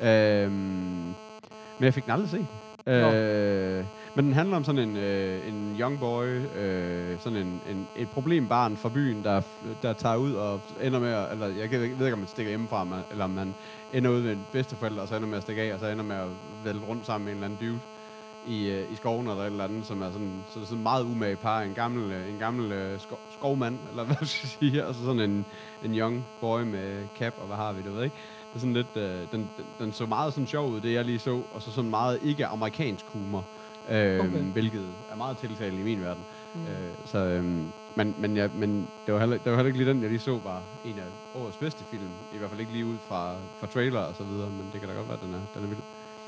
Men jeg fik den aldrig set. Men den handler om sådan en young boy, sådan et problembarn fra byen, der tager ud og ender med, eller jeg ved ikke, om man stikker hjemmefra, eller om man ender ud med en bedsteforælder, og så ender med at stikke af, og så ender med at vælte rundt sammen med en eller anden dude i skoven eller et eller andet, som er sådan meget umage par, en gammel skovmand, eller hvad skal jeg sige, og så sådan en young boy med cap, og hvad har vi, du ved ikke? Det er sådan lidt, den så meget sådan sjov ud, det jeg lige så, og så sådan meget ikke amerikansk humor, hvilket er meget tiltalende i min verden. Men det var heller ikke lige den, jeg lige så, var en af årets bedste film, i hvert fald ikke lige ud fra trailer og så videre, men det kan da godt være, den er vild.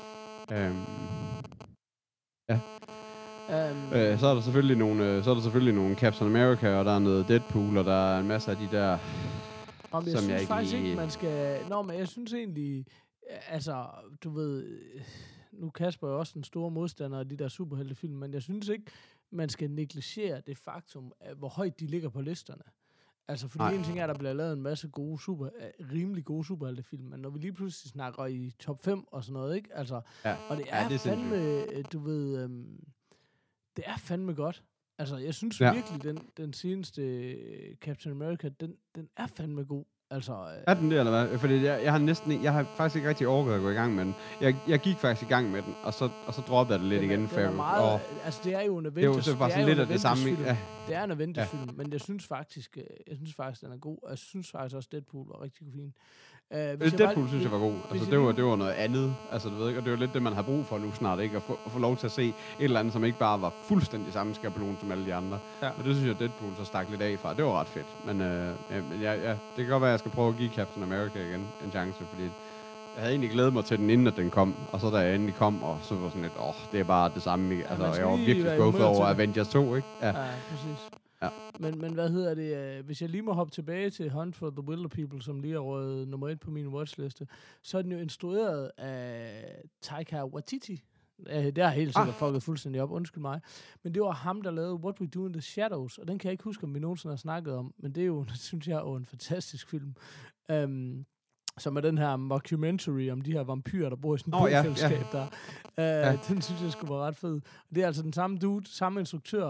Så er der selvfølgelig nogle Captain America, og der er noget Deadpool, og der er en masse af de der, som jeg synes faktisk ikke, man skal... men jeg synes egentlig, altså, du ved, nu Kasper er også en stor modstander af de der superheltefilm, men jeg synes ikke, man skal negligere det faktum, hvor højt de ligger på listerne. Altså, fordi en ting er, at der bliver lavet en masse rimelig gode superheltefilm, men når vi lige pludselig snakker i top 5 og sådan noget, ikke? Altså, og det er fandme, du ved, det er fandme godt. Altså, jeg synes virkelig, den seneste Captain America, den er fandme god. Altså, er den det, eller hvad? Fordi jeg har faktisk ikke rigtig overgået at gå i gang med den. Jeg gik faktisk i gang med den, og så droppede jeg det lidt igen. Den er meget, altså, det er jo en Avengers-film. Det er jo lidt af det samme. Ja. Det er en Avengers-film, men jeg synes faktisk, den er god. Og jeg synes faktisk også, Deadpool var rigtig fin. Deadpool synes jeg var god. Altså, det var noget andet. Altså, du ved ikke, og det var lidt det, man har brug for nu snart, ikke? At få lov til at se et eller andet, som ikke bare var fuldstændig samme skabelon som alle de andre. Ja. Og det synes jeg, Deadpool så stak lidt af fra. Det var ret fedt. Men det kan godt være, at jeg skal prøve at give Captain America igen en chance, fordi jeg havde egentlig glædet mig til den, inden at den kom. Og så da jeg endelig kom, og så var sådan lidt, det er bare det samme. Ikke? Altså, jeg var virkelig skuffet over Avengers 2, ikke? Ja, præcis. Ja. Men hvad hedder det? Hvis jeg lige må hoppe tilbage til Hunt for the Wilder People, som lige er røget nummer 1 på min watchliste, så er den jo instrueret af Taika Waititi. Det har helt sikkert fucket fuldstændig op, undskyld mig. Men det var ham, der lavede What We Do in the Shadows, og den kan jeg ikke huske, om vi nogensinde har snakket om, men det er jo, synes jeg, en fantastisk film. Som er den her mockumentary om de her vampyrer, der bor i sådan et bofællesskab der. Den synes jeg skulle være ret fed. Det er altså den samme dude, samme instruktør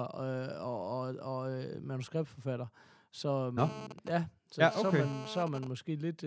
og manuskriptforfatter. Så så er man måske lidt...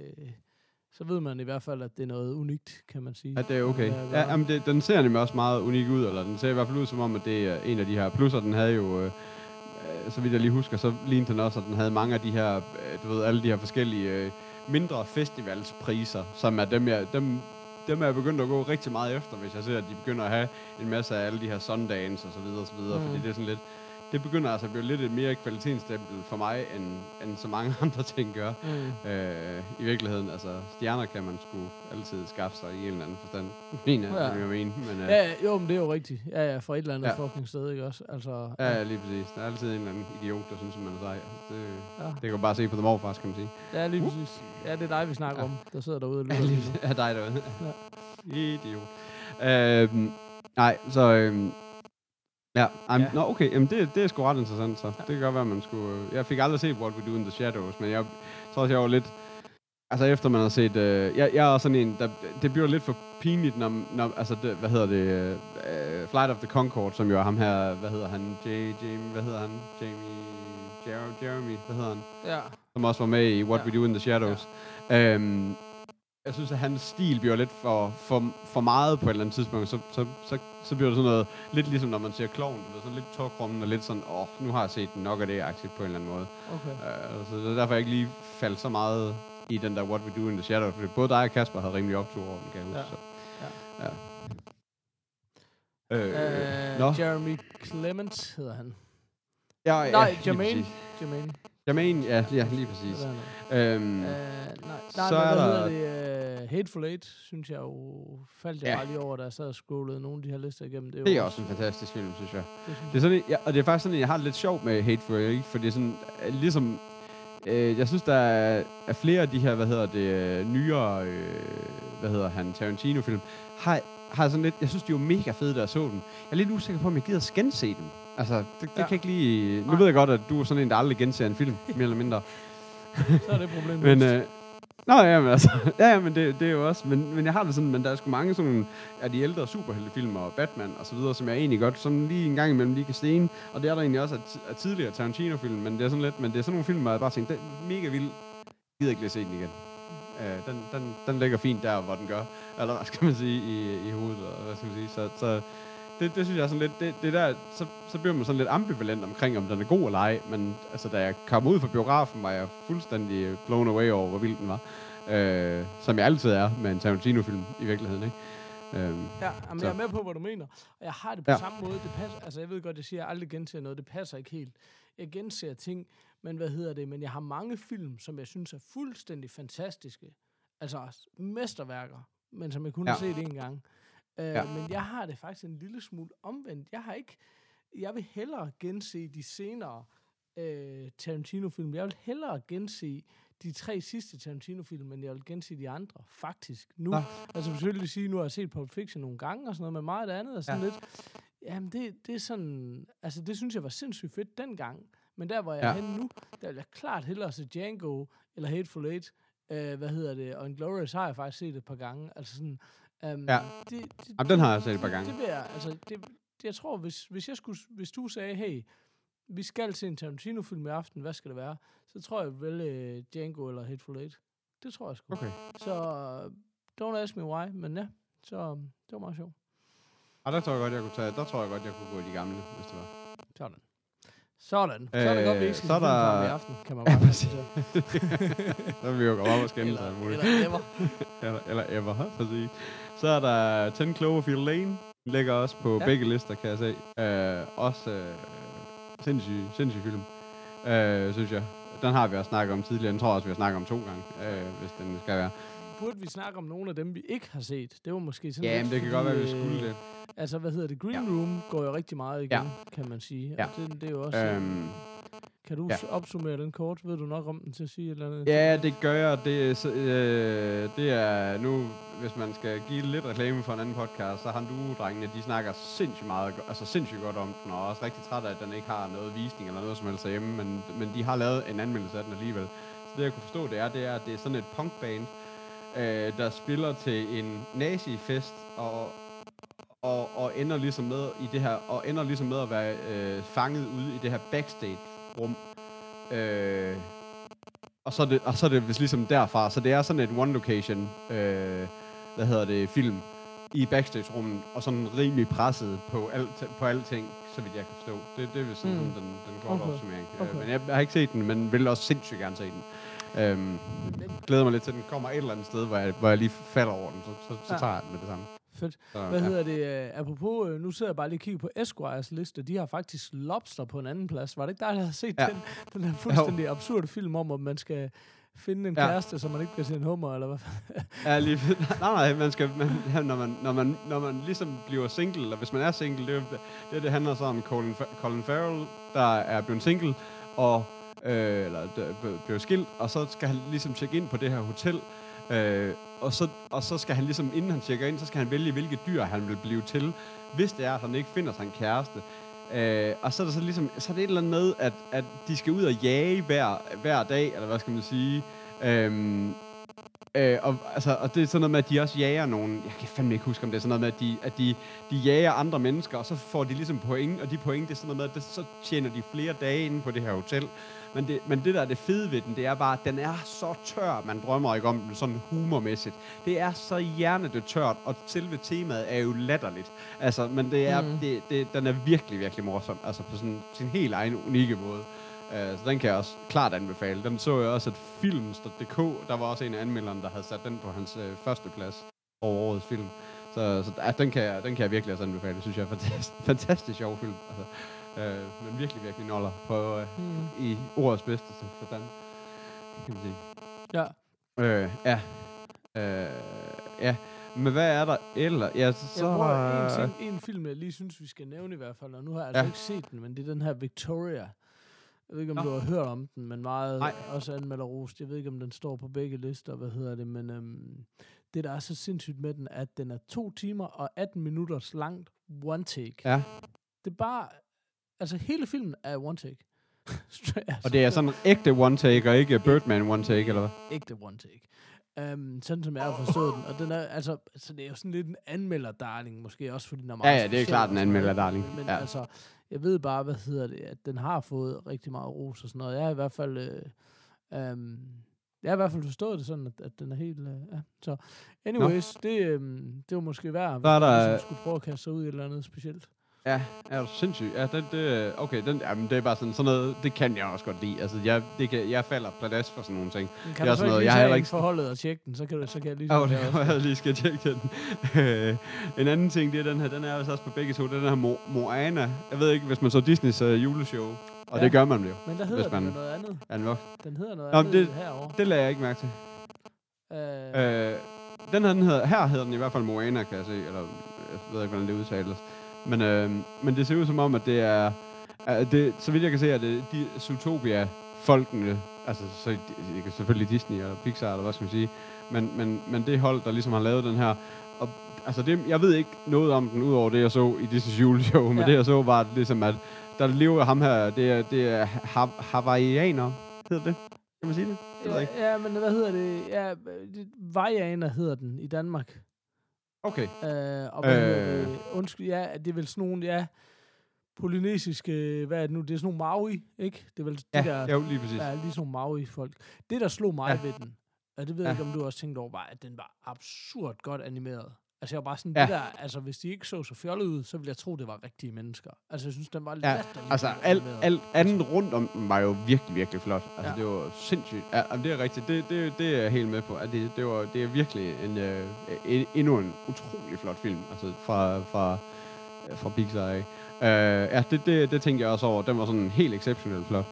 så ved man i hvert fald, at det er noget unikt, kan man sige. Ja, det er okay. Den ser nemlig også meget unik ud, eller den ser i hvert fald ud som om, at det er en af de her plusser. Den havde jo... så vidt jeg lige husker, så lignede den også, at den havde mange af de her, du ved, alle de her forskellige mindre festivalspriser, som er dem er begyndt at gå rigtig meget efter, hvis jeg ser, at de begynder at have en masse af alle de her Sundance og så videre, fordi det er sådan lidt, det begynder altså at blive lidt et mere kvalitetsstempel for mig, end så mange andre ting gør. I virkeligheden, altså stjerner kan man sgu altid skaffe sig i en eller anden forstand. Men, men det er jo rigtigt. Ja, fra et eller andet fucking sted, ikke også? Altså, ja, lige præcis. Der er altid en eller anden idiot, der synes, at man er sej. Det kan man bare se på The Morfars, kan man sige. Ja, lige præcis. Ja, det er dig, vi snakker om, der sidder derude og lytter. Ja, dig derude. Idiot. Nej, så... okay. Jamen, det er sgu ret interessant, så. Det kan godt være, at man skulle... Jeg fik aldrig set What We Do in the Shadows, men jeg tror også, jeg var lidt... Altså, efter man har set... jeg er sådan en, det bliver lidt for pinligt, når altså, Flight of the Conchords, som jo er ham her... Hvad hedder han? Jeremy, hvad hedder han? Ja. Som også var med i What We Do in the Shadows. Ja. Jeg synes, at hans stil bliver lidt for meget på et eller andet tidspunkt. Så bliver det sådan noget, lidt ligesom når man ser Klovn, det er sådan lidt tårkrummen og lidt sådan, nu har jeg set nok af det-agtigt på en eller anden måde. Okay. Så det er derfor, jeg ikke lige faldt så meget i den der What We Do in the Shadow, fordi både dig og Kasper havde rimelig optur over den, kan jeg huske. Jeremy Clement hedder han. Nej, Jermaine. Jermaine, ja, lige præcis. Så er der Hateful Eight, synes jeg jo, faldt jeg bare lige over, da jeg sad og scrollede nogle af de her lister igennem. Det er også en fantastisk film, synes jeg. Det er sådan, og det er faktisk sådan, jeg har det lidt sjovt med Hateful Eight, for det er sådan, ligesom, jeg synes, der er flere af de her, nyere, Tarantino-film, har sådan lidt, jeg synes, de er jo mega fede, da jeg så dem. Jeg er lidt usikker på, om jeg gider gense dem. Altså, det kan ikke lige... Nu ved jeg godt, at du er sådan en, der aldrig genser en film, mere eller mindre. Så er det problemet. Men det er jo også... Men jeg har det sådan, men der er sgu mange sådan af de ældre superheltefilm og Batman og så videre, som jeg egentlig godt sådan lige en gang imellem lige kan stene. Og det er der egentlig også af tidligere Tarantino-film, men det er sådan lidt... Men det er sådan nogle film, hvor jeg bare tænker, den er mega vild. Jeg gider ikke lige se den igen. Den ligger fint der, hvor den gør. Eller hvad skal man sige, i hovedet, og hvad skal man sige. Så det synes jeg er sådan lidt, det der, så bliver man sådan lidt ambivalent omkring, om den er god eller ej, men altså, da jeg kom ud fra biografen, var jeg fuldstændig blown away over, hvor vild den var. Som jeg altid er med en Tarantino-film i virkeligheden, ikke? Men jeg er med på, hvad du mener. Og jeg har det på samme måde. Det passer, altså, jeg ved godt, jeg siger, at jeg aldrig genser noget. Det passer ikke helt. Jeg genser ting, men men jeg har mange film, som jeg synes er fuldstændig fantastiske. Altså mesterværker, men som jeg kun har set en gang. Men jeg har det faktisk en lille smule omvendt. Jeg vil hellere gense de senere Tarantino-film. Jeg vil hellere gense de 3 sidste Tarantino-film, men jeg vil gense de andre, faktisk, nu. Altså selvfølgelig sige, nu har jeg set Pulp Fiction nogle gange, og sådan noget, men meget andet, og sådan lidt. Jamen, det er sådan... Altså, det synes jeg var sindssygt fedt dengang. Men der, hvor jeg er henne nu, der vil jeg klart hellere se Django, eller Hateful Eight, og Inglourious har jeg faktisk set et par gange. Altså sådan... den har jeg set et par gange. Det vil jeg, altså... Jeg tror, hvis du sagde, hey, vi skal se en Tarantino-film i aften, hvad skal det være? Så tror jeg vel Django eller Hateful Eight. Det tror jeg sgu. Okay. Så don't ask me why, men ja, så det var meget sjovt. Der tror jeg godt, jeg kunne gå i de gamle, hvis det var. Sådan. Så er det godt, vi ikke skal se film i aften, kan man bare sige. Så vil vi jo gå op og skænde sig. Eller ever, præcis. Så er der 10 Cloverfield Lane. Den ligger også på begge lister, kan jeg se. Også sindssyg film, synes jeg. Den har vi også snakket om tidligere. Den tror jeg også, vi har snakket om 2 gange, hvis den skal være. Burde vi snakke om nogle af dem, vi ikke har set? Det var måske sådan lidt, det kan godt være, vi skulle det. Altså, Green Room går jo rigtig meget igen, kan man sige. Ja. Og det er jo også... kan du opsummere den kort? Ved du nok om den til at sige et eller andet? Ja, det gør jeg. Det er nu, hvis man skal give lidt reklame for en anden podcast, så har drengene, de snakker sindssygt godt om den, og også rigtig træt af, at den ikke har noget visning eller noget som helst hjemme, men de har lavet en anmeldelse af den alligevel. Så det, jeg kunne forstå, det er, at det er sådan et punkband, der spiller til en nazifest, og ender ligesom med i det her, og ender ligesom med at være fanget ude i det her backstage-rum. Og så er det vist ligesom derfra, så det er sådan et one location, film i backstage-rummet, og sådan rimelig presset på alting, så vidt jeg kan forstå. Det er vist sådan den korte opsummering. Okay. Men jeg har ikke set den, men vil også sindssygt gerne se den. Glæder mig lidt til, at den kommer et eller andet sted, hvor jeg lige falder over den, så tager jeg den med det samme. Fedt. Så, apropos, nu sidder jeg bare lige og kigger på Esquires liste, de har faktisk Lobster på en anden plads. Var det ikke dig, der havde set den her fuldstændig absurde film om, at man skal finde en kæreste, så man ikke bliver til en hummer, eller hvad? Ja, lige nej, når man ligesom bliver single, eller hvis man er single, det handler så om Colin Farrell, der er blevet single, og bliver skilt, og så skal han ligesom tjekke ind på det her hotel, og så skal han ligesom, inden han tjekker ind, så skal han vælge, hvilke dyr han vil blive til, hvis det er, at han ikke finder sig en kæreste. Og så er der så ligesom, så er det et eller andet med, at de skal ud og jage hver dag, eller hvad skal man sige. Og det er sådan noget med, at de også jager nogen. Jeg kan fandme ikke huske, om det er sådan noget med, at de jager andre mennesker, og så får de ligesom point, og de point, det er sådan noget med, at så tjener de flere dage inde på det her hotel. Men det der er det fede ved den, det er bare, at den er så tør, man drømmer ikke om den sådan humormæssigt. Det er så hjernedødt tørt, og selve temaet er jo latterligt. Altså, men det er, den er virkelig, virkelig morsom. Altså på sådan sin helt egen unikke måde. Så den kan jeg også klart anbefale. Den så jeg også, at Films.dk, der var også en af anmelderne, der havde sat den på hans første plads over årets film. Så den kan jeg virkelig også anbefale. Det synes jeg er fantastisk sjov film. Altså, men virkelig, virkelig noller på i ordets bedste forstand, kan man sige. Ja. Ja. Men hvad er der ellers? Ja, så er en film, jeg lige synes, vi skal nævne i hvert fald, og nu har jeg altså ikke set den, men det er den her Victoria. Jeg ved ikke, om du har hørt om den, men meget også anmelderrost. Jeg ved ikke, om den står på begge lister, men det, der er så sindssygt med den, at den er 2 timer og 18 minutters langt one take. Ja. Det er bare, altså hele filmen er one take. Og det er sådan en ægte one take, og ikke Birdman one take, eller hvad? Ægte one take. Sådan som jeg har forstået den. Og den er, altså det er jo sådan lidt en anmelder-darling, måske også, fordi den er meget Ja, det er klart en anmelder-darling. Men altså, jeg ved bare, at den har fået rigtig meget ros og sådan noget. Jeg har i hvert fald forstået det sådan, at den er helt... Så anyways, det var måske værd, hvis man skulle prøve at kaste sig ud i et eller andet specielt. Ja, er du sindssygt. Ja, jamen, det er bare sådan noget, det kan jeg også godt lide. Altså, jeg falder pladask for sådan nogle ting. Men kan du så ikke lige tage forholdet og tjekke den, så kan jeg lige... det kan jeg lige skal tjekke den. En anden ting, det er den her, den er også på begge to, den her Moana. Jeg ved ikke, hvis man så Disneys juleshow, og det gør man jo. Men der hedder den noget andet. Den hedder noget andet herovre. Det lader jeg ikke mærke til. Her hedder den i hvert fald Moana, kan jeg se, eller jeg ved ikke, hvordan det udtales. Men det ser ud som om, at det er... så vidt jeg kan se, at det de Zootopia-folkene, altså selvfølgelig Disney og Pixar, eller hvad skal man sige, men det hold, der ligesom har lavet den her... Og, altså jeg ved ikke noget om den, udover det, jeg så i Disney's juleshow, men det, jeg så, var ligesom, at der lever ham her, det er hawaiianer, hedder det? Kan man sige det? Ja, men hvad hedder det? Ja, Vajana hedder den i Danmark. Okay. Og undskyld, det er vel sådan nogle, polynesiske, hvad er det nu? Det er sådan nogle Maui, ikke? Det er vel de der... Ja, lige præcis. Ja, lige sådan nogle Maui-folk. Det, der slog mig ved den, og det ved jeg ikke, om du også tænkte over, var, at den var absurd godt animeret. Altså, jeg var bare sådan, det der, altså, hvis de ikke så fjollet ud, så ville jeg tro, det var rigtige mennesker. Altså, jeg synes, den var latterlig. Altså, alt andet rundt om den var jo virkelig, virkelig flot. Altså, det var sindssygt. Ja, det er rigtigt. Det er jeg helt med på. Det er virkelig endnu en utrolig flot film. Altså, fra Pixar af. Det tænkte jeg også over. Den var sådan helt exceptionelt flot.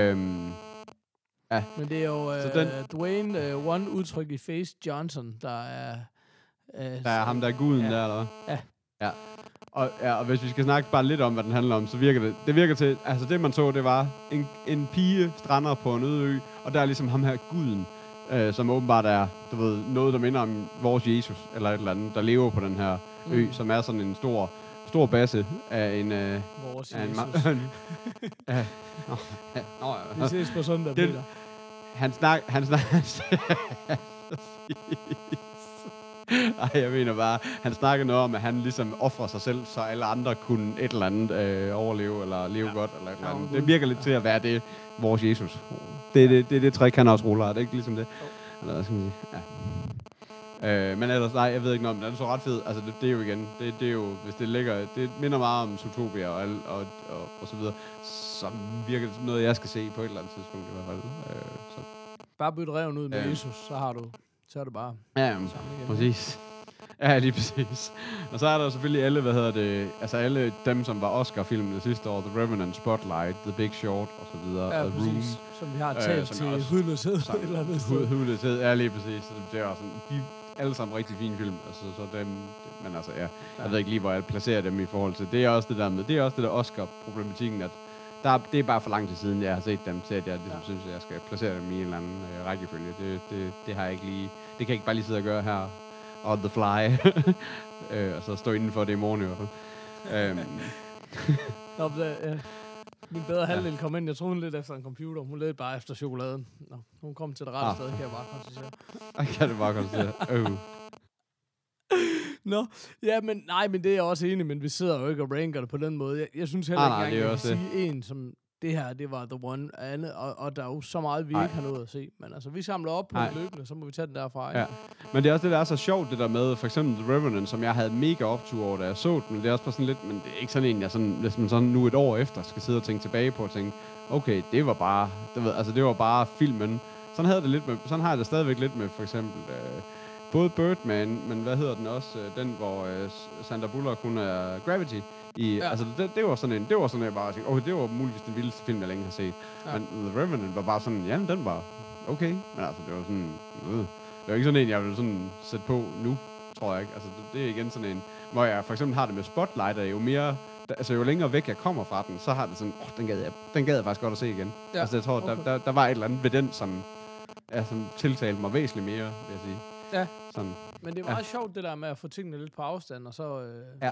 Men det er jo Dwayne One udtryk i Face Johnson, der er... Der er ham, der er guden der, eller hvad? Ja. Og hvis vi skal snakke bare lidt om, hvad den handler om, så virker det virker til, altså det man så, det var en pige strander på en øde ø, og der er ligesom ham her guden, som åbenbart er, du ved, noget, der minder om vores Jesus, eller et eller andet, der lever på den her ø, som er sådan en stor basse af en... vores Jesus. Vi ses på søndag, Peter. Han snakker... Ej, jeg mener bare, han snakker noget om, at han ligesom offrer sig selv, så alle andre kunne et eller andet overleve, eller leve godt, eller et eller andet. Det virker lidt til at være det, vores Jesus. Det er det trick, han også ruller, er det ikke ligesom det? Eller hvad skal man sige? Ja. Men ellers, nej, jeg ved ikke noget om det. Den er så ret fed. Altså, det er jo igen, det er jo, hvis det ligger, det minder meget om Zootopia og så videre, så virker det som noget, jeg skal se på et eller andet tidspunkt i hvert fald. Så. Bare bytte reven ud med Jesus, så er det bare... Ja, præcis. Ja, lige præcis. Og så er der selvfølgelig alle, alle dem, som var Oscar-filmene sidste år, The Revenant, Spotlight, The Big Short, og så videre, The Room. Som vi har talt til hudløshed et eller andet sted. Hudløshed, ja, lige præcis. Så det er også sådan, de er alle sammen rigtig fine film, altså, så dem, men altså, jeg ved ikke lige, hvor jeg placerer dem i forhold til. Det er også det der med, det er også det der Oscar-problematikken, at det er bare for lang tid siden, jeg har set dem, til at jeg ligesom synes, at jeg skal placere dem i en eller anden rækkefølge. Det har jeg ikke lige... Det kan jeg ikke bare lige sidde og gøre her on the fly. Og så stå inden for det i morgen i hvert fald. Min bedre halvdel kom ind. Jeg troede, hun lidt efter en computer. Hun ledte bare efter chokoladen. Nå, hun kom til det rette sted, kan jeg bare konstatere. Kan det bare konstatere. Nå, ja, men nej, men det er jeg også enig, men vi sidder jo ikke og ranker det på den måde. Jeg synes heller ikke, jeg kan sige en, som det her, det var the one, og der er jo så meget, vi ikke har nået at se. Men altså, vi samler op på det løbende, så må vi tage den derfra. Ikke? Ja. Men det er også det, der er så sjovt, det der med, for eksempel The Revenant, som jeg havde mega optur over, da jeg så den. Det er også bare sådan lidt, men det er ikke sådan en, jeg sådan, hvis man sådan nu et år efter skal sidde og tænke tilbage på og tænke, okay, det var bare, det var bare filmen. Sådan har jeg det stadigvæk lidt med, for eksempel, både Birdman, men hvad hedder den også? Den, hvor Sandra Bullock, hun er Gravity. Altså, det var sådan en, jeg bare tænkte, det var muligvis den vildeste film, jeg længe har set. Ja. Men The Revenant var bare sådan, ja, den var okay. Men altså, det var sådan, det var ikke sådan en, jeg ville sådan sætte på nu, tror jeg ikke. Altså, det er igen sådan en, hvor jeg for eksempel har det med Spotlight, jo mere, altså jo længere væk jeg kommer fra den, så har det sådan, den gad jeg faktisk godt at se igen. Ja. Altså, jeg tror, der var et eller andet ved den, som tiltalte mig væsentligt mere, vil jeg sige. Ja. Sådan. Men det er meget sjovt, det der med at få tingene lidt på afstand, og så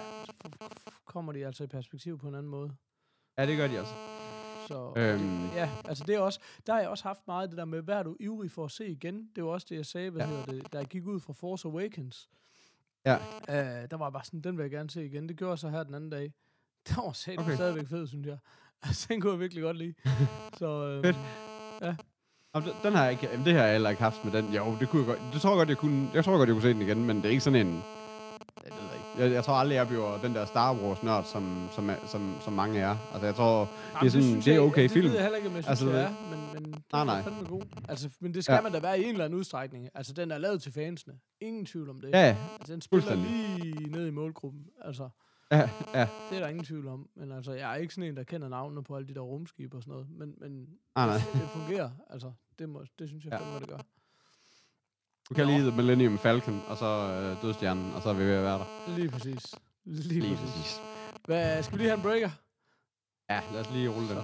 kommer de altså i perspektiv på en anden måde. Ja, det gør de også. Så altså det er også, der har jeg også haft meget det der med, hvad er du ivrig for at se igen? Det var også det, jeg sagde, da jeg gik ud fra Force Awakens. Ja. Der var bare sådan, den vil jeg gerne se igen. Det gjorde jeg så her den anden dag. Det var stadigvæk fed, synes jeg. Altså, den kunne jeg virkelig godt lide. Så, ja. Den har jeg ikke, det har jeg heller ikke haft med den. Jo, det kunne jeg godt. Jeg tror godt, jeg kunne se den igen, men det er ikke sådan en. Jeg tror aldrig, jeg bliver den der Star Wars-nørd, som mange er. Altså, jeg tror, det er okay film. Det ved jeg heller ikke, om jeg synes, det er, men det er fandme god. Altså, men det skal man da være i en eller anden udstrækning. Altså, den er lavet til fansene. Ingen tvivl om det. Ja, altså, den spiller lige ned i målgruppen. Altså, ja. Det er der ingen tvivl om. Men altså, jeg er ikke sådan en, der kender navnene på alle de der rumskibe og sådan noget. Men det fungerer. Altså, det synes jeg fandme, det gør. Du kan lige The Millennium Falcon, og så Dødstjernen, og så er vi ved at være der. Lige præcis. Lige præcis. Skal vi lige have en breaker? Ja, lad os lige rulle den.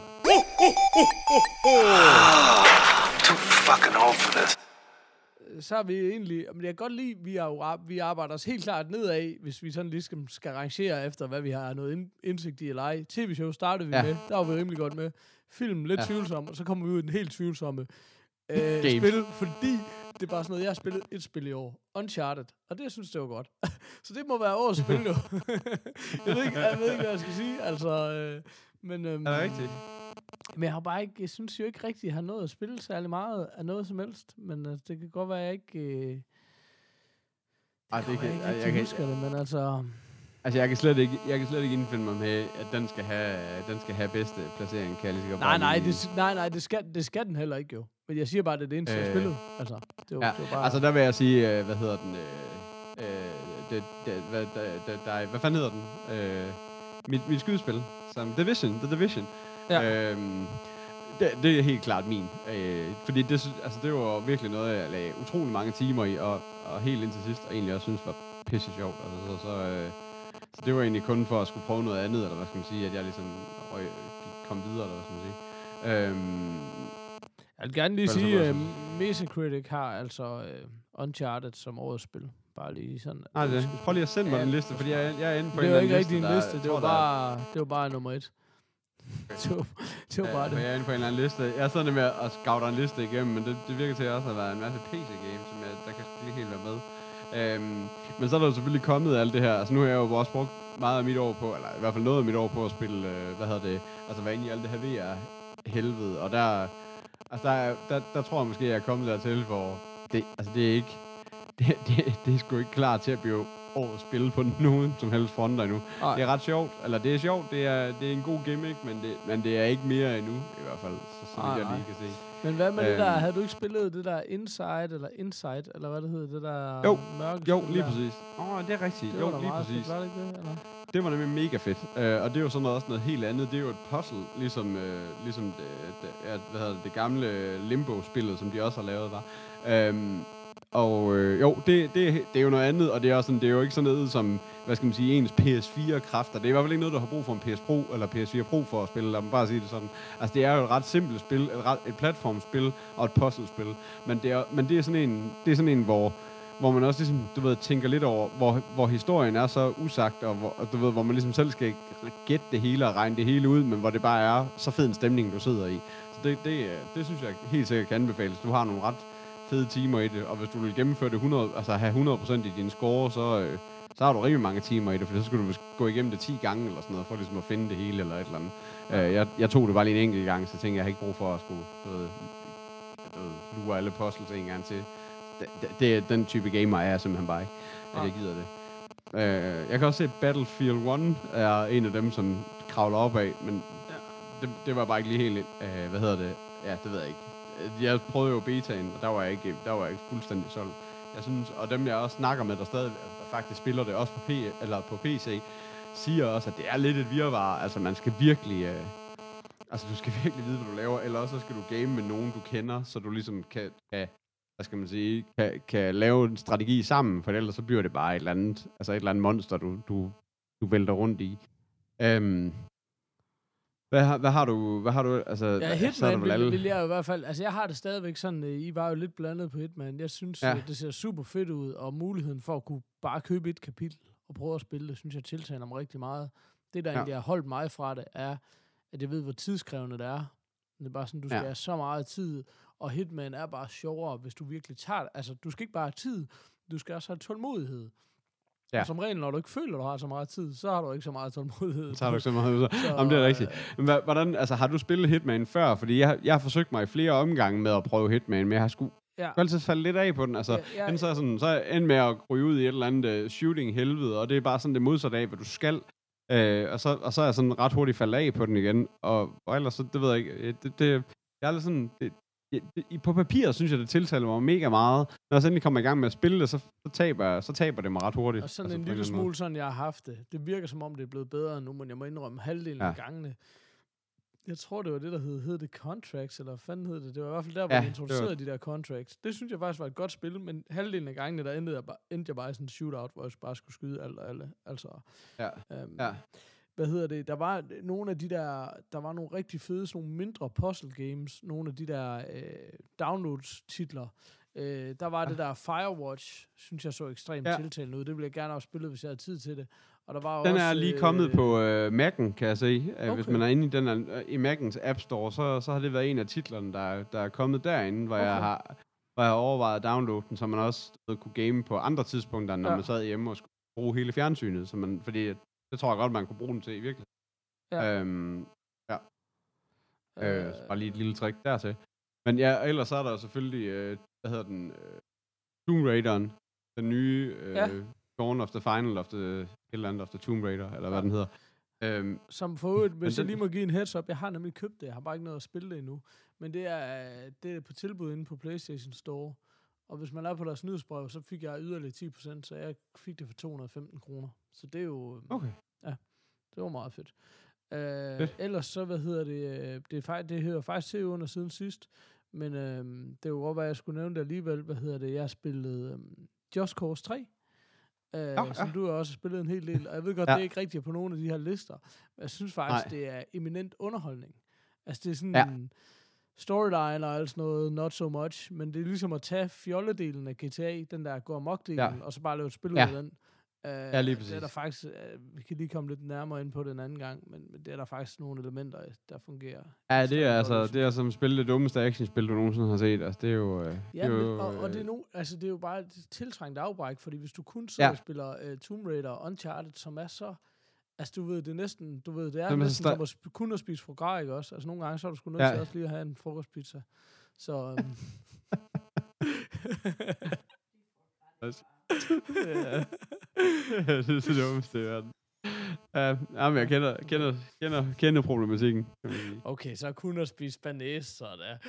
Too fucking old for this. Så er vi egentlig, men jeg kan godt lide, vi arbejder os helt klart nedad, hvis vi sådan lige skal rangere efter, hvad vi har noget indsigt i eller ej. TV-show startede vi med, der var vi rimelig godt med. Film lidt tvivlsom, og så kommer vi ud i den helt tvivlsomme spil, fordi det er bare sådan noget, jeg har spillet et spil i år. Uncharted. Og det, jeg synes, det var godt. Så det må være årets spil, jo. jeg ved ikke, hvad jeg skal sige. Altså, men... er det rigtigt? Men jeg synes jo ikke rigtigt, at jeg har nået at spille særlig meget af noget som helst. Men det kan godt være, at jeg ikke... jeg kan huske det, men altså... Altså, jeg kan slet ikke indfinde mig med, at den skal have bedste placering, kan jeg lige Nej, det skal den heller ikke, jo. Men jeg siger bare, at det er det eneste, jeg spillede. Altså, det var bare... Altså, der vil jeg sige, hvad hedder den? Hvad fanden hedder den? Mit skydespil, som The Division. Ja. Det er helt klart min. Fordi det var virkelig noget, jeg lagde utrolig mange timer i, og helt indtil sidst, og egentlig også synes var pisse sjovt. Altså, så det var egentlig kun for at skulle prøve noget andet, eller hvad skal man sige, at jeg ligesom kom videre, eller hvad skal man sige. Jeg vil gerne lige sige, Metacritic har altså Uncharted som årets spil. Bare lige sådan... Prøv lige at sende mig den liste, fordi jeg er inde på en eller anden liste. Det var ikke rigtig en liste, det var bare nummer 1. Det var bare det. Jeg er inde på en eller anden liste. Jeg er sådan med at scoute en liste igennem, men det virker til at også have været en masse PC-games, som der kan ikke helt være med. Men så er der jo selvfølgelig kommet alt det her. Altså nu har jeg jo også brugt meget af mit år på, eller i hvert fald noget af mit år på at spille, altså være inde i alt det her VR-helvede. Og der tror jeg måske, jeg er kommet dertil, hvor det er ikke, det er sgu ikke klar til at blive årets spil på nogen som helst fronter endnu. Ej. Det er ret sjovt, eller det er sjovt, det er en god gimmick, men det er ikke mere endnu, i hvert fald, så jeg lige kan se. Men hvad med det der, havde du ikke spillet det der Inside, eller hvad det hedder, det der mørke Jo, lige præcis. Det er rigtigt. Det var lige præcis. Fedt, var det ikke det, eller? Det var nemlig mega fedt, og det er jo sådan også noget helt andet. Det er jo et puzzle, ligesom det gamle Limbo-spillet, som de også har lavet, var. Det er jo noget andet, og det er også sådan, det er jo ikke sådan noget som, hvad skal man sige, ens PS4-kræfter. Det er i hvert fald ikke noget, du har brug for en PS Pro eller PS4 Pro for at spille, lad mig bare sige det sådan. Altså, det er jo et ret simpelt spil, et platformspil og et puzzlespil, men det er sådan en, hvor hvor man også ligesom, du ved, tænker lidt over, hvor historien er så usagt, og hvor man ligesom selv skal gætte det hele og regne det hele ud, men hvor det bare er så fed en stemning, du sidder i. Så det synes jeg helt sikkert kan anbefales. Du har nogle ret fede timer i det, og hvis du vil gennemføre det 100, altså have 100% i din score, så har du rigtig mange timer i det, for så skal du gå igennem det 10 gange eller sådan noget, for ligesom at finde det hele eller et eller andet. Jeg tog det bare lige en enkelt gang, så tænkte jeg har ikke brug for at skulle lure alle puzzles en gang til. Det er den type gamer er jeg simpelthen bare ikke, at jeg gider det. Jeg kan også se, at Battlefield 1 er en af dem, som kravler op af, men det var bare ikke lige helt, ja, det ved jeg ikke. Jeg prøvede jo betaen, og der var jeg ikke fuldstændig solgt. Jeg synes, og dem jeg også snakker med, der stadig faktisk spiller det, også på PC, siger også, at det er lidt et virvar. Altså, man skal virkelig... du skal virkelig vide, hvad du laver, eller også så skal du game med nogen, du kender, så du ligesom kan hvad skal man sige, kan lave en strategi sammen, for ellers så bliver det bare et eller andet monster, du vælter rundt i. Hvad har du, altså... Ja, Hitman vil jeg jo i hvert fald... Altså, jeg har det stadigvæk sådan, I var jo lidt blandet på Hitman. Jeg synes, det ser super fedt ud, og muligheden for at kunne bare købe et kapitel og prøve at spille det, synes jeg tiltaler mig rigtig meget. Det, der egentlig har holdt mig fra det, er, at jeg ved, hvor tidskrævende det er. Det er bare sådan, du skal have så meget tid, og Hitman er bare sjovere, hvis du virkelig tager det. Altså, du skal ikke bare have tid, du skal også have tålmodighed. Ja. Og som regel, når du ikke føler, du har så meget tid, så har du ikke så meget tålmodighed. Så har du ikke så meget tid. Jamen, det er rigtigt. Men hvordan, altså, har du spillet Hitman før? Fordi jeg har forsøgt mig i flere omgange med at prøve Hitman, men jeg har sgu altid faldet lidt af på den. Altså, så er jeg endt med at ryge ud i et eller andet shooting helvede, og det er bare sådan det modsatte af, hvad du skal. Og så er jeg sådan ret hurtigt faldet af på den igen. Og ellers, så, det ved jeg ikke. Jeg er lidt sådan... på papiret synes jeg, det tiltaler mig mega meget. Når jeg så endelig kommer i gang med at spille det, så taber det mig ret hurtigt. Og sådan en lille smule sådan, jeg har haft det. Det virker som om, det er blevet bedre nu, men jeg må indrømme halvdelen af gangene. Jeg tror, det var det, der hed det Contracts, eller hvad fanden hed det? Det var i hvert fald der, hvor de introducerede de der Contracts. Det synes jeg faktisk var et godt spil, men halvdelen af gangene, der endte jeg bare i sådan en shootout, hvor jeg bare skulle skyde alt og alle. Altså, hvad hedder det? Der var nogle af de der var nogle rigtig fede, sådan nogle mindre puzzle games, nogle af de der downloads-titler. Der var det der Firewatch, synes jeg så ekstremt tiltalende ud. Det ville jeg gerne have spillet, hvis jeg havde tid til det. Og der var den også, er lige kommet på Mac'en, kan jeg se. Okay. Hvis man er inde i Mac'ens App Store, så har det været en af titlerne, der er kommet derinde, hvor jeg har overvejet at downloade den, så man også kunne game på andre tidspunkter, når man sad hjemme og skulle bruge hele fjernsynet. Fordi det tror jeg godt, man kunne bruge den til i virkeligheden. Så bare lige et lille trick dertil. Men ja, ellers så er der selvfølgelig, Tomb Raideren. Den nye Dawn of the Final of the Tomb Raider, eller hvad den hedder. Som for øvrigt, hvis jeg lige må give en heads up, jeg har nemlig købt det, jeg har bare ikke noget at spille det endnu. Men det er på tilbud inde på PlayStation Store. Og hvis man er på deres nyhedsbrev, så fik jeg yderligere 10%, så jeg fik det for 215 kroner. Så det er jo... Okay. Ja, det var meget fedt. Ellers så, det hører faktisk til under siden sidst, men det var godt, hvad jeg skulle nævne det alligevel. Jeg spillede Just Cause 3, som du også har spillet en hel del, og jeg ved godt, det er ikke rigtigt på nogle af de her lister, men jeg synes faktisk, det er eminent underholdning. Altså, det er sådan storyline og alt sådan noget, not so much, men det er ligesom at tage fjolledelen af GTA, den der går amok-delen, og så bare lave et spil ud af den. Lige præcis. Det er der faktisk, vi kan lige komme lidt nærmere ind på den anden gang, men det er der faktisk nogle elementer, der fungerer. Ja, det er som at spille det dummeste actionspil, du nogensinde har set. Altså, det er jo... og det er jo bare et tiltrængt afbræk, fordi hvis du kun så spiller Tomb Raider og Uncharted, som er så... Altså, du ved, det er næsten som at kun at spise frugrar, ikke også? Altså, nogle gange, så er du sgu nødt til også lige at have en frokostpizza. Så... Det er så dummeste i verden. Jamen, jeg kender problematikken. Okay, så kun at spise banæs, så der.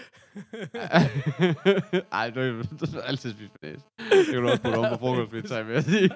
Ej, du skal altid spise banæs. Det kan du også putte om på frokostpizza, vil jeg sige.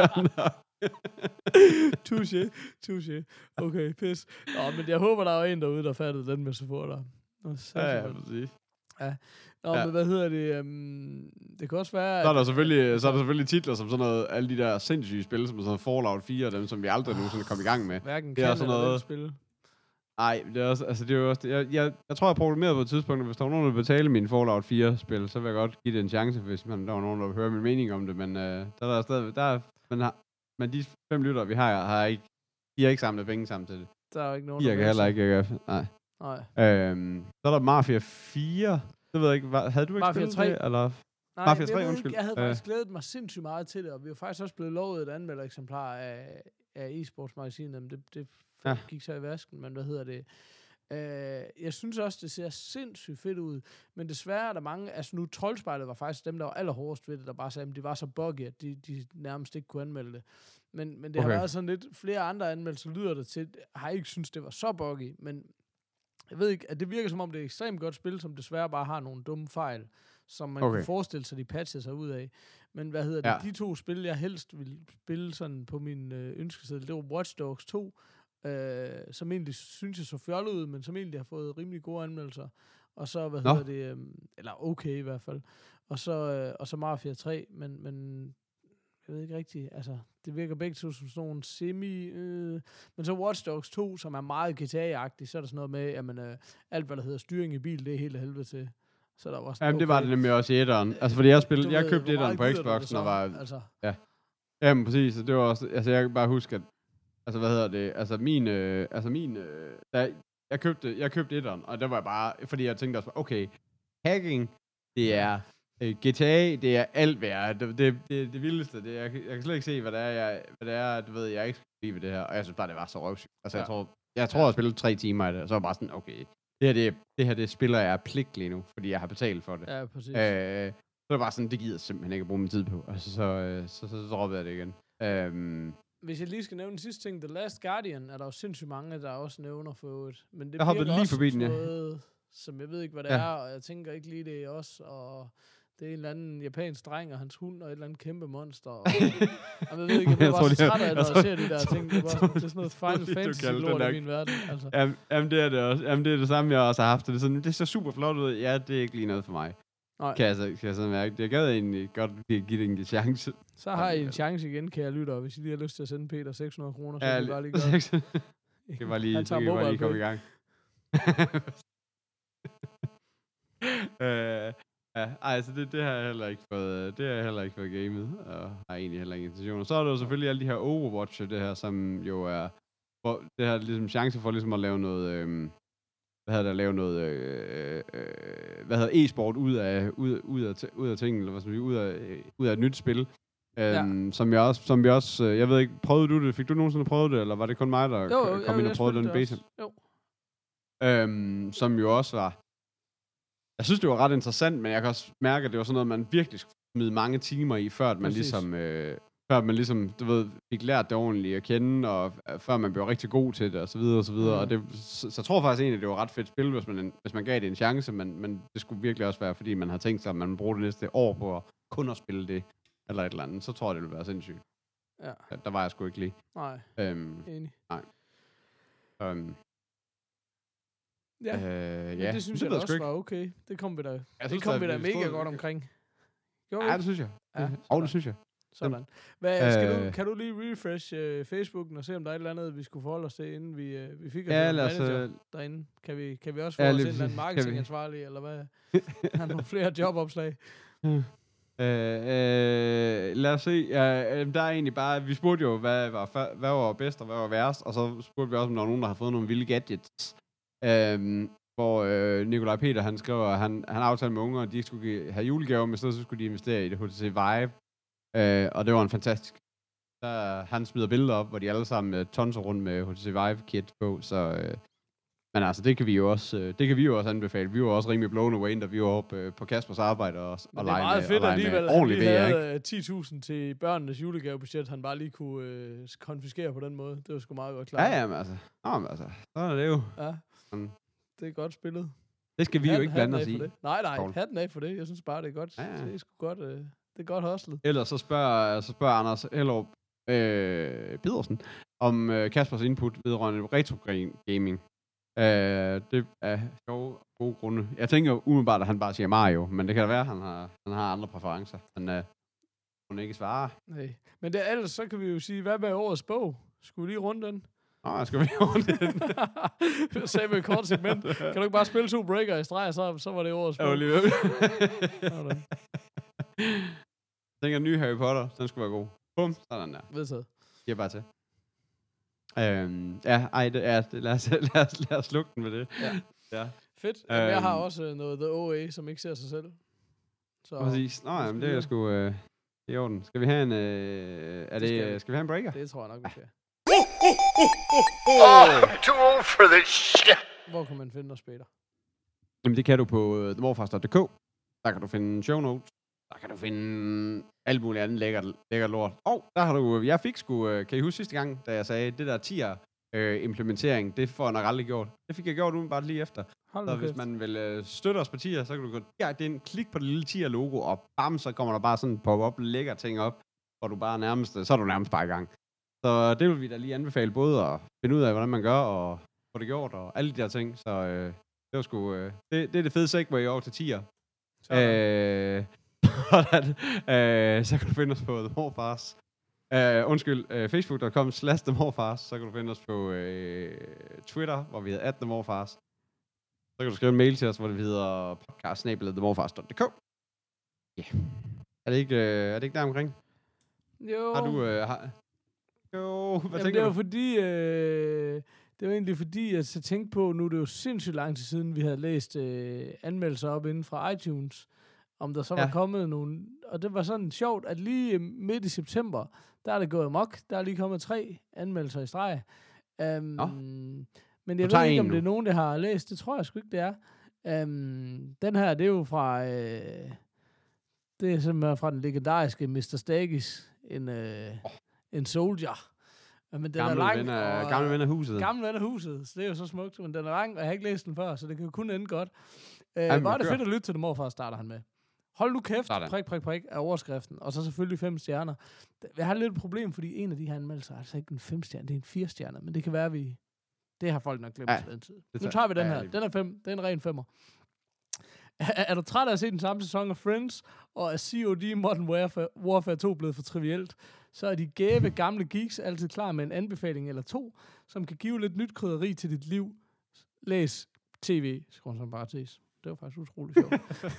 Touché. Okay, pis. Nå, men jeg håber, der er en derude, der fattede den metafor der. Præcis. Ja. Men hvad hedder det? Det kan også være... Så er der selvfølgelig titler som sådan noget, alle de der sindssyge spil, som sådan Fallout 4, dem som vi aldrig nogensinde kom i gang med. Hverken det er sådan noget spil. Nej, det er også, altså det er jo også, jeg tror, jeg programmerede på et tidspunkt, at hvis der var nogen, der ville betale min Fallout 4-spil, så vil jeg godt give det en chance, hvis der var nogen, der vil høre min mening om det, men der er stadig, men de 5 lyttere, vi har ikke, de har ikke samlet penge sammen til det. Der er jo ikke nogen, Jeg kan heller ikke, nej. Så er der Mafia 4, det ved jeg ikke, havde du ikke Mafia spillet 3. det, eller? Nej, Mafia 3, undskyld. Jeg havde faktisk glædet mig sindssygt meget til det, og vi har faktisk også blevet lovet et anmeldereksemplar af e-sportsmagasinet, men det gik så i vasken, men hvad hedder det? Jeg synes også, det ser sindssygt fedt ud, men desværre er der mange, altså nu Troldspejlet var faktisk dem, der var allerhårdest ved det, der bare sagde, at de var så buggy, at de nærmest ikke kunne anmelde det. Men det har været sådan lidt, flere andre anmeldelser lyder det til, har ikke synes det var så buggy, men jeg ved ikke, at det virker som om det er et ekstremt godt spil, som desværre bare har nogle dumme fejl, som man kunne forestille sig, de patchede sig ud af. Men hvad hedder det? De 2 spil, jeg helst ville spille sådan på min ønskeseddel, det var Watch Dogs 2, som egentlig synes jeg så fjollet ud, men som egentlig har fået rimelig gode anmeldelser. Og så, hvad hedder det, eller okay i hvert fald. Og så Mafia 3, men jeg ved ikke rigtigt, altså, det virker begge to som sådan nogle men så Watch Dogs 2, som er meget GTA-agtig, så er der sådan noget med, jamen, alt hvad der hedder styring i bil, det er helt af helvede til. Så der var sådan, jamen, det var det nemlig også i etteren. Altså, fordi jeg købte etteren på Xboxen, og var... Altså. Ja. Jamen, præcis. Det var også... Altså, jeg kan bare huske, at... Altså, hvad hedder det? Altså, jeg købte etteren, og der var jeg bare... Fordi jeg tænkte også, okay, hacking, det er... GTA, det er alt værd. Det vildeste. Jeg kan slet ikke se, hvad det er, du ved, jeg ikke skal lide ved det her. Og jeg synes bare, det var så røvsygt. Altså, jeg tror, jeg spillede 3 timer i det, og så var bare sådan, okay, det her spiller jeg pligt lige nu, fordi jeg har betalt for det. Ja, præcis. Så er det bare sådan, det gider jeg simpelthen ikke at bruge min tid på. Altså, så droppede jeg det igen. Hvis jeg lige skal nævne en sidste ting, The Last Guardian, er der jo sindssygt mange, der også nævner for et. Men det jeg hoppede lige forbi den, noget, som jeg ved ikke, hvad det er, og jeg tænker ikke lige, det er også, og det er en eller anden japansk dreng og hans hund og et eller andet kæmpe monster. Og jeg ved ikke, jeg bliver bare så træt af, når jeg ser de der ting. Det er sådan noget Final Fantasy-lort i min verden. Altså. Jamen, det er det også. Jamen, det er det samme, jeg også har haft. Det ser super flot ud. Ja, det er ikke lige noget for mig. Nej. Kan jeg så mærke. Det gad egentlig godt give det en chance. Så har I en chance igen, kan jeg lytte, og hvis I lige har lyst til at sende Peter 600 kroner, så kan I bare lige gøre det. Det kan bare lige komme i gang. Altså det har jeg heller ikke fået, gamet, og har egentlig heller ikke intentioner. Så er der jo selvfølgelig alle de her Overwatch, det her, som jo er, det her ligesom chance for ligesom at lave noget, e-sport ud af tingene, eller hvad skal man sige, ud af et nyt spil. Som vi også, jeg ved ikke, prøvede du det? Fik du nogensinde prøvet det, eller var det kun mig, der kom ind og prøvede den beta? Jo. Som jo også var, jeg synes, det var ret interessant, men jeg kan også mærke, at det var sådan noget, man virkelig skulle smide mange timer i, før man ligesom, du ved, fik lært det ordentligt at kende, og før man blev rigtig god til det, og så videre, og så videre. Og så jeg tror faktisk egentlig, at det var ret fedt spil, hvis man gav det en chance, men det skulle virkelig også være, fordi man har tænkt sig, at man vil bruge det næste år på kun at spille det, eller et eller andet. Så tror jeg, det ville være sindssygt. Ja. Der var jeg sgu ikke lige. Nej, enig. Nej. Men det synes jeg også var okay. Det kom vi da, mega godt omkring. Ja, det synes jeg. Det synes jeg. Sådan. Kan du lige refresh Facebooken og se, om der er et eller andet, vi skulle forholde os til, inden vi fik os en manager derinde? Kan vi også få os en eller anden marketingansvarlig, eller hvad? Har nogle flere jobopslag? Lad os se. Der er egentlig bare, vi spurgte jo, hvad var bedst og hvad var værst, og så spurgte vi også, om der var nogen, der har fået nogle vilde gadgets. Hvor Nikolaj Peter, han skrev, at han aftalte med unger, at de skulle have julegaver, men så skulle de investere i det HTC Vive. Og det var en fantastisk. Han smider billeder op, hvor de alle sammen tonser rundt med HTC Vive kit på, så men altså, det kan vi jo også anbefale. Vi var også rimelig blown away, da vi var oppe på Kaspers arbejde og lege med. Det er meget fedt alligevel, at vi havde 10.000 til børnenes julegavebudget, han bare lige kunne konfiskere på den måde. Det var sgu meget godt klart. Ja, men altså. Sådan er det jo. Ja, det er godt spillet. Det skal vi jo ikke blande os i. Nej, hatten af for det. Jeg synes bare, det er godt. Ja. Det er sgu godt, det er godt hustlet. Ellers så spørger Anders Hellerup Pedersen om Kaspers input vedrørende retro gaming. Det er gode grunde. Jeg tænker umiddelbart, at han bare siger Mario, men det kan da være, at han har andre præferencer. Men hun ikke svarer. Nej. Men ellers så kan vi jo sige, hvad med årets bog? Skulle vi lige runde den? jeg skal vi ordne den. Jeg sagde med et kort segment. Kan du ikke bare spille 2 breaker i streg, så var det årets spil. Jeg var lige ved. Jeg tænker, en ny Harry Potter, den skulle være god. Bum, sådan der. Vedtaget. Giver bare til. Lad os lukke den med det. Ja. Fedt. Jeg har også noget The OA, som ikke ser sig selv. Så præcis. Nå, jamen, det er sgu i orden. Skal vi have en... skal vi have en breaker? det tror jeg nok, vi skal. Oh, I'm too old for this shit. Hvor kan man finde os, Peter? Jamen, det kan du på themorfars.dk. Der kan du finde show notes. Der kan du finde alt muligt andet lækkert lort. Der har du... Jeg fik sgu... kan I huske sidste gang, da jeg sagde, det der tier implementering, det får jeg nok aldrig gjort. Det fik jeg gjort umiddelbart lige efter. Så hvis man vil støtte os på tier, så kan du gå direkte ind, klik på det lille tier-logo, og bam, så kommer der bare sådan pop-up lækker ting op, hvor du bare så er du nærmest bare i gang. Så det vil vi da lige anbefale, både at finde ud af, hvordan man gør, og få det gjort, og alle de der ting. Så det var sgu... det er det fede segway over til tier. Så kan du finde os på The Morfars. Facebook.com/TheMorfars. Så kan du finde os på Twitter, hvor vi hedder @TheMorfars. Så kan du skrive en mail til os, hvor vi hedder podcast@themorfars.dk. Ja. Er det ikke der omkring? Jo. Har du... Jo, hvad tænker det var du? fordi... det var egentlig fordi, at jeg tænkte på, nu er det jo sindssygt lang tid siden, vi havde læst anmeldelser op inden fra iTunes, om der så var kommet nogle... Og det var sådan sjovt, at lige midt i september, der er det gået amok. Der er lige kommet 3 anmeldelser i streg. Men jeg ved ikke, om det er nogen, der har læst. Det tror jeg sgu ikke, det er. Den her, det er jo fra... det er simpelthen fra den legendariske Mr. Staggis, en soldier. Men den gamle er lang. Gamle ven af huset. Gamle ven af huset, så det er jo så smukt. Men den er lang, og jeg har ikke læst den før, så det kan jo kun ende godt. Hvor er det fedt at lytte til det, morfar, starter han med. Hold nu kæft, prik, er overskriften. Og så selvfølgelig 5 stjerner. Jeg har lidt et problem, fordi en af de her anmeldelser er altså ikke en 5 stjerne, det er en 4 stjerner. Men det kan være, at det har folk nok glemt til den tid. Nu tager vi den her. Den er 5. Det er en ren 5'er. Er du træt af at se den samme sæson af Friends, og er COD Modern Warfare 2 blevet for trivielt, så er de gæve gamle geeks altid klar med en anbefaling eller 2, som kan give lidt nyt krydderi til dit liv. Læs TV. Det var faktisk utroligt sjovt.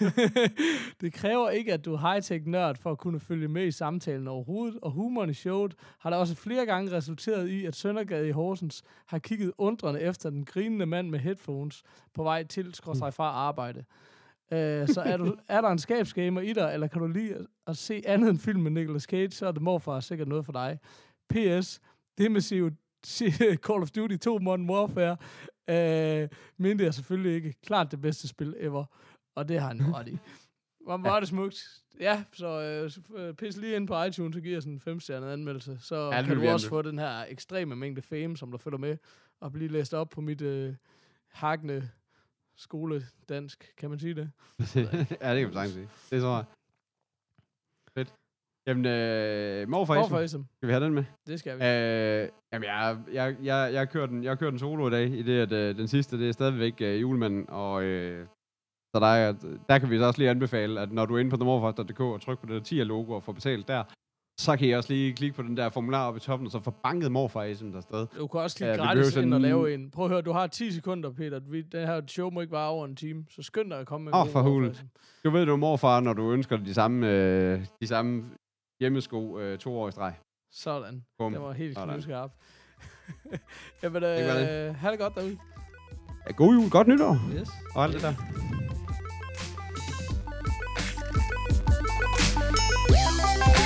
Det kræver ikke, at du er high-tech nørd for at kunne følge med i samtalen overhovedet, og humoren i showet har der også flere gange resulteret i, at Søndergade i Horsens har kigget undrende efter den grinende mand med headphones på vej til fra arbejde. Så er der en skabsgamer i dig, eller kan du lide at se andet end film med Nicolas Cage, så er det morfar sikkert noget for dig. PS, det med Call of Duty 2 Modern Warfare, mente jeg selvfølgelig ikke. Klart det bedste spil ever. Og det har han jo ret i. Hvor var det smukt. Ja, så pis lige ind på iTunes og giver sådan en 5-stjernet anmeldelse. Så kan du også få den her ekstreme mængde fame, som der følger med, og blive læst op på mit hakkende skoledansk. Kan man sige det? Ja, det kan man sagtens sige. Det er så fedt. Jamen, Morfarism. Skal vi have den med? Det skal vi. Jamen, jeg kører den solo i dag, i det, at den sidste, det er stadigvæk julemanden, og så der kan vi så også lige anbefale, at når du er inde på themorfars.dk og trykker på det der tier-logo og får betalt der, så kan I også lige klikke på den der formular oppe i toppen, og så få banket Morfarism der sted. Du kan også klikke gratis ind og lave en. Prøv at høre, du har 10 sekunder, Peter. Det her show må ikke vare over en time, så skynd dig at komme med en for hulet. Du ved, du er morfar, når du ønsker de samme hjemmesko 2 år i streg. Sådan. Bum. Det var helt knivskarp. Jamen, ha' det godt derude. Ja, god jul, godt nytår. Yes. Og alt det der.